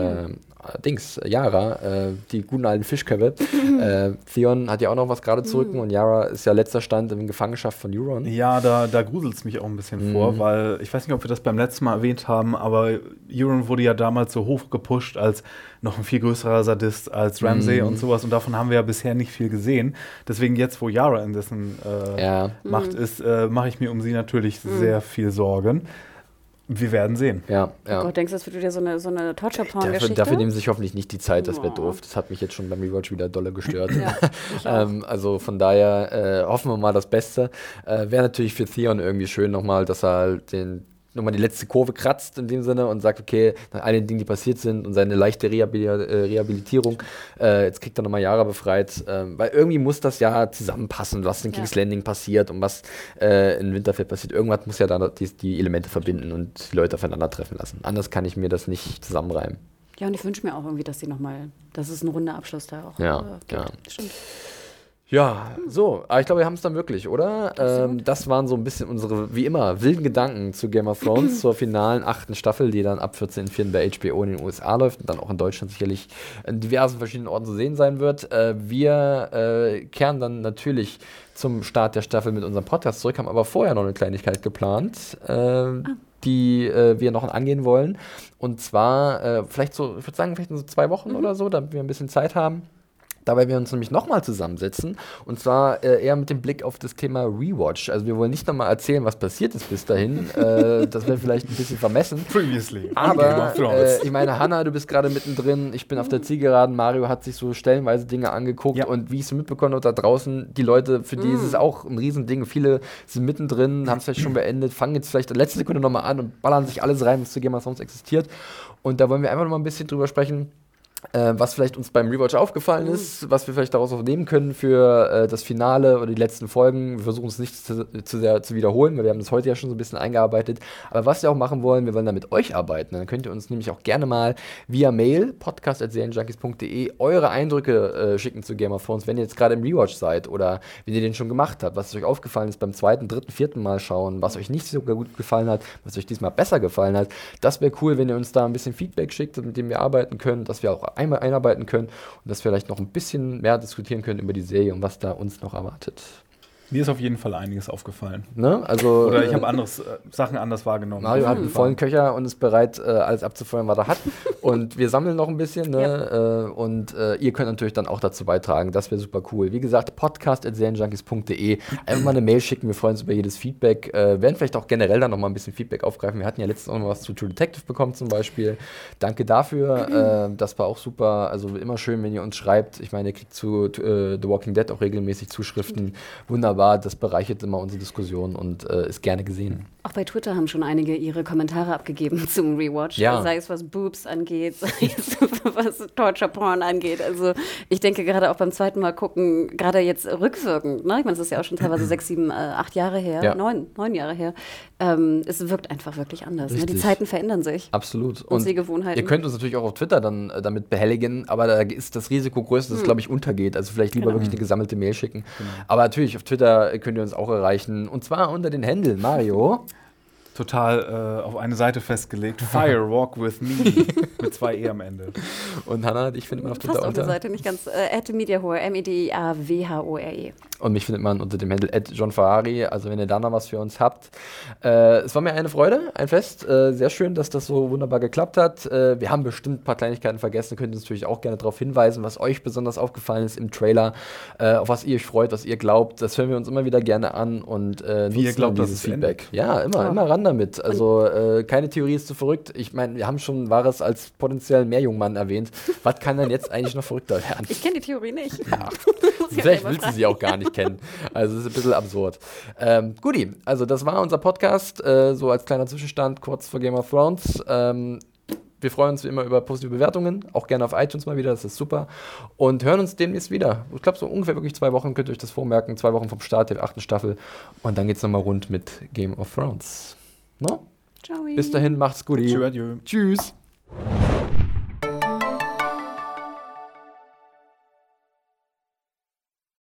Yara, die guten alten Fischköpfe. Theon hat ja auch noch was gerade zu rücken und Yara ist ja letzter Stand in Gefangenschaft von Euron. Ja, da gruselt es mich auch ein bisschen vor, weil ich weiß nicht, ob wir das beim letzten Mal erwähnt haben, aber Euron wurde ja damals so hoch gepusht als noch ein viel größerer Sadist als Ramsay und sowas und davon haben wir ja bisher nicht viel gesehen. Deswegen jetzt, wo Yara in dessen Macht ist, mache ich mir um sie natürlich sehr viel Sorgen. Wir werden sehen. Ja. Oh Gott, denkst du, das wird wieder so eine Torture-Porn-Geschichte? Dafür nehmen sie sich hoffentlich nicht die Zeit, das wäre doof. Das hat mich jetzt schon beim Rewatch wieder dolle gestört. Also von daher hoffen wir mal das Beste. Wäre natürlich für Theon irgendwie schön nochmal, dass er halt nochmal die letzte Kurve kratzt in dem Sinne und sagt, okay, nach all den Dingen, die passiert sind und seine leichte Rehabilitierung, jetzt kriegt er nochmal Yara befreit, weil irgendwie muss das ja zusammenpassen, was in King's Landing passiert und was in Winterfell passiert. Irgendwas muss ja da die Elemente verbinden und die Leute aufeinandertreffen lassen. Anders kann ich mir das nicht zusammenreimen. Ja, und ich wünsche mir auch irgendwie, dass es einen runder Abschluss da auch gibt. Ja. Stimmt. Ja, so, aber ich glaube, wir haben es dann wirklich, oder? Das waren so ein bisschen unsere, wie immer, wilden Gedanken zu Game of Thrones, zur finalen 8. Staffel, die dann ab 14.04. bei HBO in den USA läuft und dann auch in Deutschland sicherlich in diversen verschiedenen Orten zu sehen sein wird. Wir kehren dann natürlich zum Start der Staffel mit unserem Podcast zurück, haben aber vorher noch eine Kleinigkeit geplant, die wir noch angehen wollen. Und zwar vielleicht so, ich würde sagen, vielleicht in so 2 Wochen oder so, damit wir ein bisschen Zeit haben. Dabei wir uns nämlich nochmal zusammensetzen und zwar eher mit dem Blick auf das Thema Rewatch. Also wir wollen nicht nochmal erzählen, was passiert ist bis dahin. Das wäre vielleicht ein bisschen vermessen. Previously. Aber ich meine, Hannah, du bist gerade mittendrin. Ich bin auf der Zielgeraden. Mario hat sich so stellenweise Dinge angeguckt. Ja. Und wie ich es mitbekommen habe, da draußen, die Leute, für die ist es auch ein Riesending. Viele sind mittendrin, haben es vielleicht schon beendet, fangen jetzt vielleicht in der letzten Sekunde nochmal an und ballern sich alles rein, was zu Game of Thrones existiert. Und da wollen wir einfach nochmal ein bisschen drüber sprechen, was vielleicht uns beim Rewatch aufgefallen ist, was wir vielleicht daraus auch nehmen können für das Finale oder die letzten Folgen. Wir versuchen es nicht zu sehr zu wiederholen, weil wir haben das heute ja schon so ein bisschen eingearbeitet. Aber was wir auch machen wollen, wir wollen da mit euch arbeiten. Dann könnt ihr uns nämlich auch gerne mal via Mail, podcast@serienjunkies.de, eure Eindrücke schicken zu Game of Thrones, wenn ihr jetzt gerade im Rewatch seid oder wenn ihr den schon gemacht habt, was euch aufgefallen ist beim 2., 3., 4. Mal schauen, was euch nicht so gut gefallen hat, was euch diesmal besser gefallen hat. Das wäre cool, wenn ihr uns da ein bisschen Feedback schickt, mit dem wir arbeiten können, dass wir auch einmal einarbeiten können und dass wir vielleicht noch ein bisschen mehr diskutieren können über die Serie und was da uns noch erwartet. Mir ist auf jeden Fall einiges aufgefallen. Ne? Also, oder ich habe Sachen anders wahrgenommen. Mario hat einen vollen Köcher und ist bereit, alles abzufeuern, was er hat. Und wir sammeln noch ein bisschen. Ne? Und ihr könnt natürlich dann auch dazu beitragen. Das wäre super cool. Wie gesagt, podcast@serienjunkies.de. Einfach mal eine Mail schicken. Wir freuen uns über jedes Feedback. Werden vielleicht auch generell dann noch mal ein bisschen Feedback aufgreifen. Wir hatten ja letztens auch noch was zu True Detective bekommen zum Beispiel. Danke dafür. Das war auch super. Also immer schön, wenn ihr uns schreibt. Ich meine, ihr kriegt zu The Walking Dead auch regelmäßig Zuschriften. Wunderbar. Das bereichert immer unsere Diskussion und ist gerne gesehen. Auch bei Twitter haben schon einige ihre Kommentare abgegeben zum Rewatch. Ja. Sei es was Boobs angeht, sei es was Torture Porn angeht. Also ich denke gerade auch beim zweiten Mal gucken, gerade jetzt rückwirkend, ne? Ich meine, es ist ja auch schon teilweise 6, 7, 8 Jahre her, 9 Jahre her. Es wirkt einfach wirklich anders. Ne? Die Zeiten verändern sich. Absolut. Und die Gewohnheiten. Ihr könnt uns natürlich auch auf Twitter dann damit behelligen, aber da ist das Risiko größer, dass es, glaube ich, untergeht. Also vielleicht lieber wirklich eine gesammelte Mail schicken. Genau. Aber natürlich, auf Twitter könnt ihr uns auch erreichen. Und zwar unter den Händeln, Mario. Total auf eine Seite festgelegt. Fire Walk with Me. Mit 2 E am Ende. Und Hannah, dich findet man auf Twitter unter. Fast auf der Seite, nicht ganz. @mediahore, MEDIAWHORE. Und mich findet man unter dem Handle @JohnFerrari. Also wenn ihr da noch was für uns habt. Es war mir eine Freude, ein Fest. Sehr schön, dass das so wunderbar geklappt hat. Wir haben bestimmt ein paar Kleinigkeiten vergessen. Könnt ihr uns natürlich auch gerne darauf hinweisen, was euch besonders aufgefallen ist im Trailer. Auf was ihr euch freut, was ihr glaubt. Das hören wir uns immer wieder gerne an. Und wie ihr glaubt, dieses Feedback. Ja, immer ran damit. Also keine Theorie ist zu verrückt. Ich meine, wir haben schon Varys als potenziell Meerjungmann erwähnt. Was kann denn jetzt eigentlich noch verrückter werden? Ich kenne die Theorie nicht. Ja. Vielleicht willst du sie auch gar nicht kennen. Also es ist ein bisschen absurd. Guti, also das war unser Podcast, so als kleiner Zwischenstand kurz vor Game of Thrones. Wir freuen uns wie immer über positive Bewertungen, auch gerne auf iTunes mal wieder, das ist super. Und hören uns demnächst wieder. Ich glaube, so ungefähr wirklich 2 Wochen, könnt ihr euch das vormerken. 2 Wochen vom Start der 8. Staffel. Und dann geht es nochmal rund mit Game of Thrones. No? Ciao. Bis dahin, macht's gut. Adieu. Tschüss.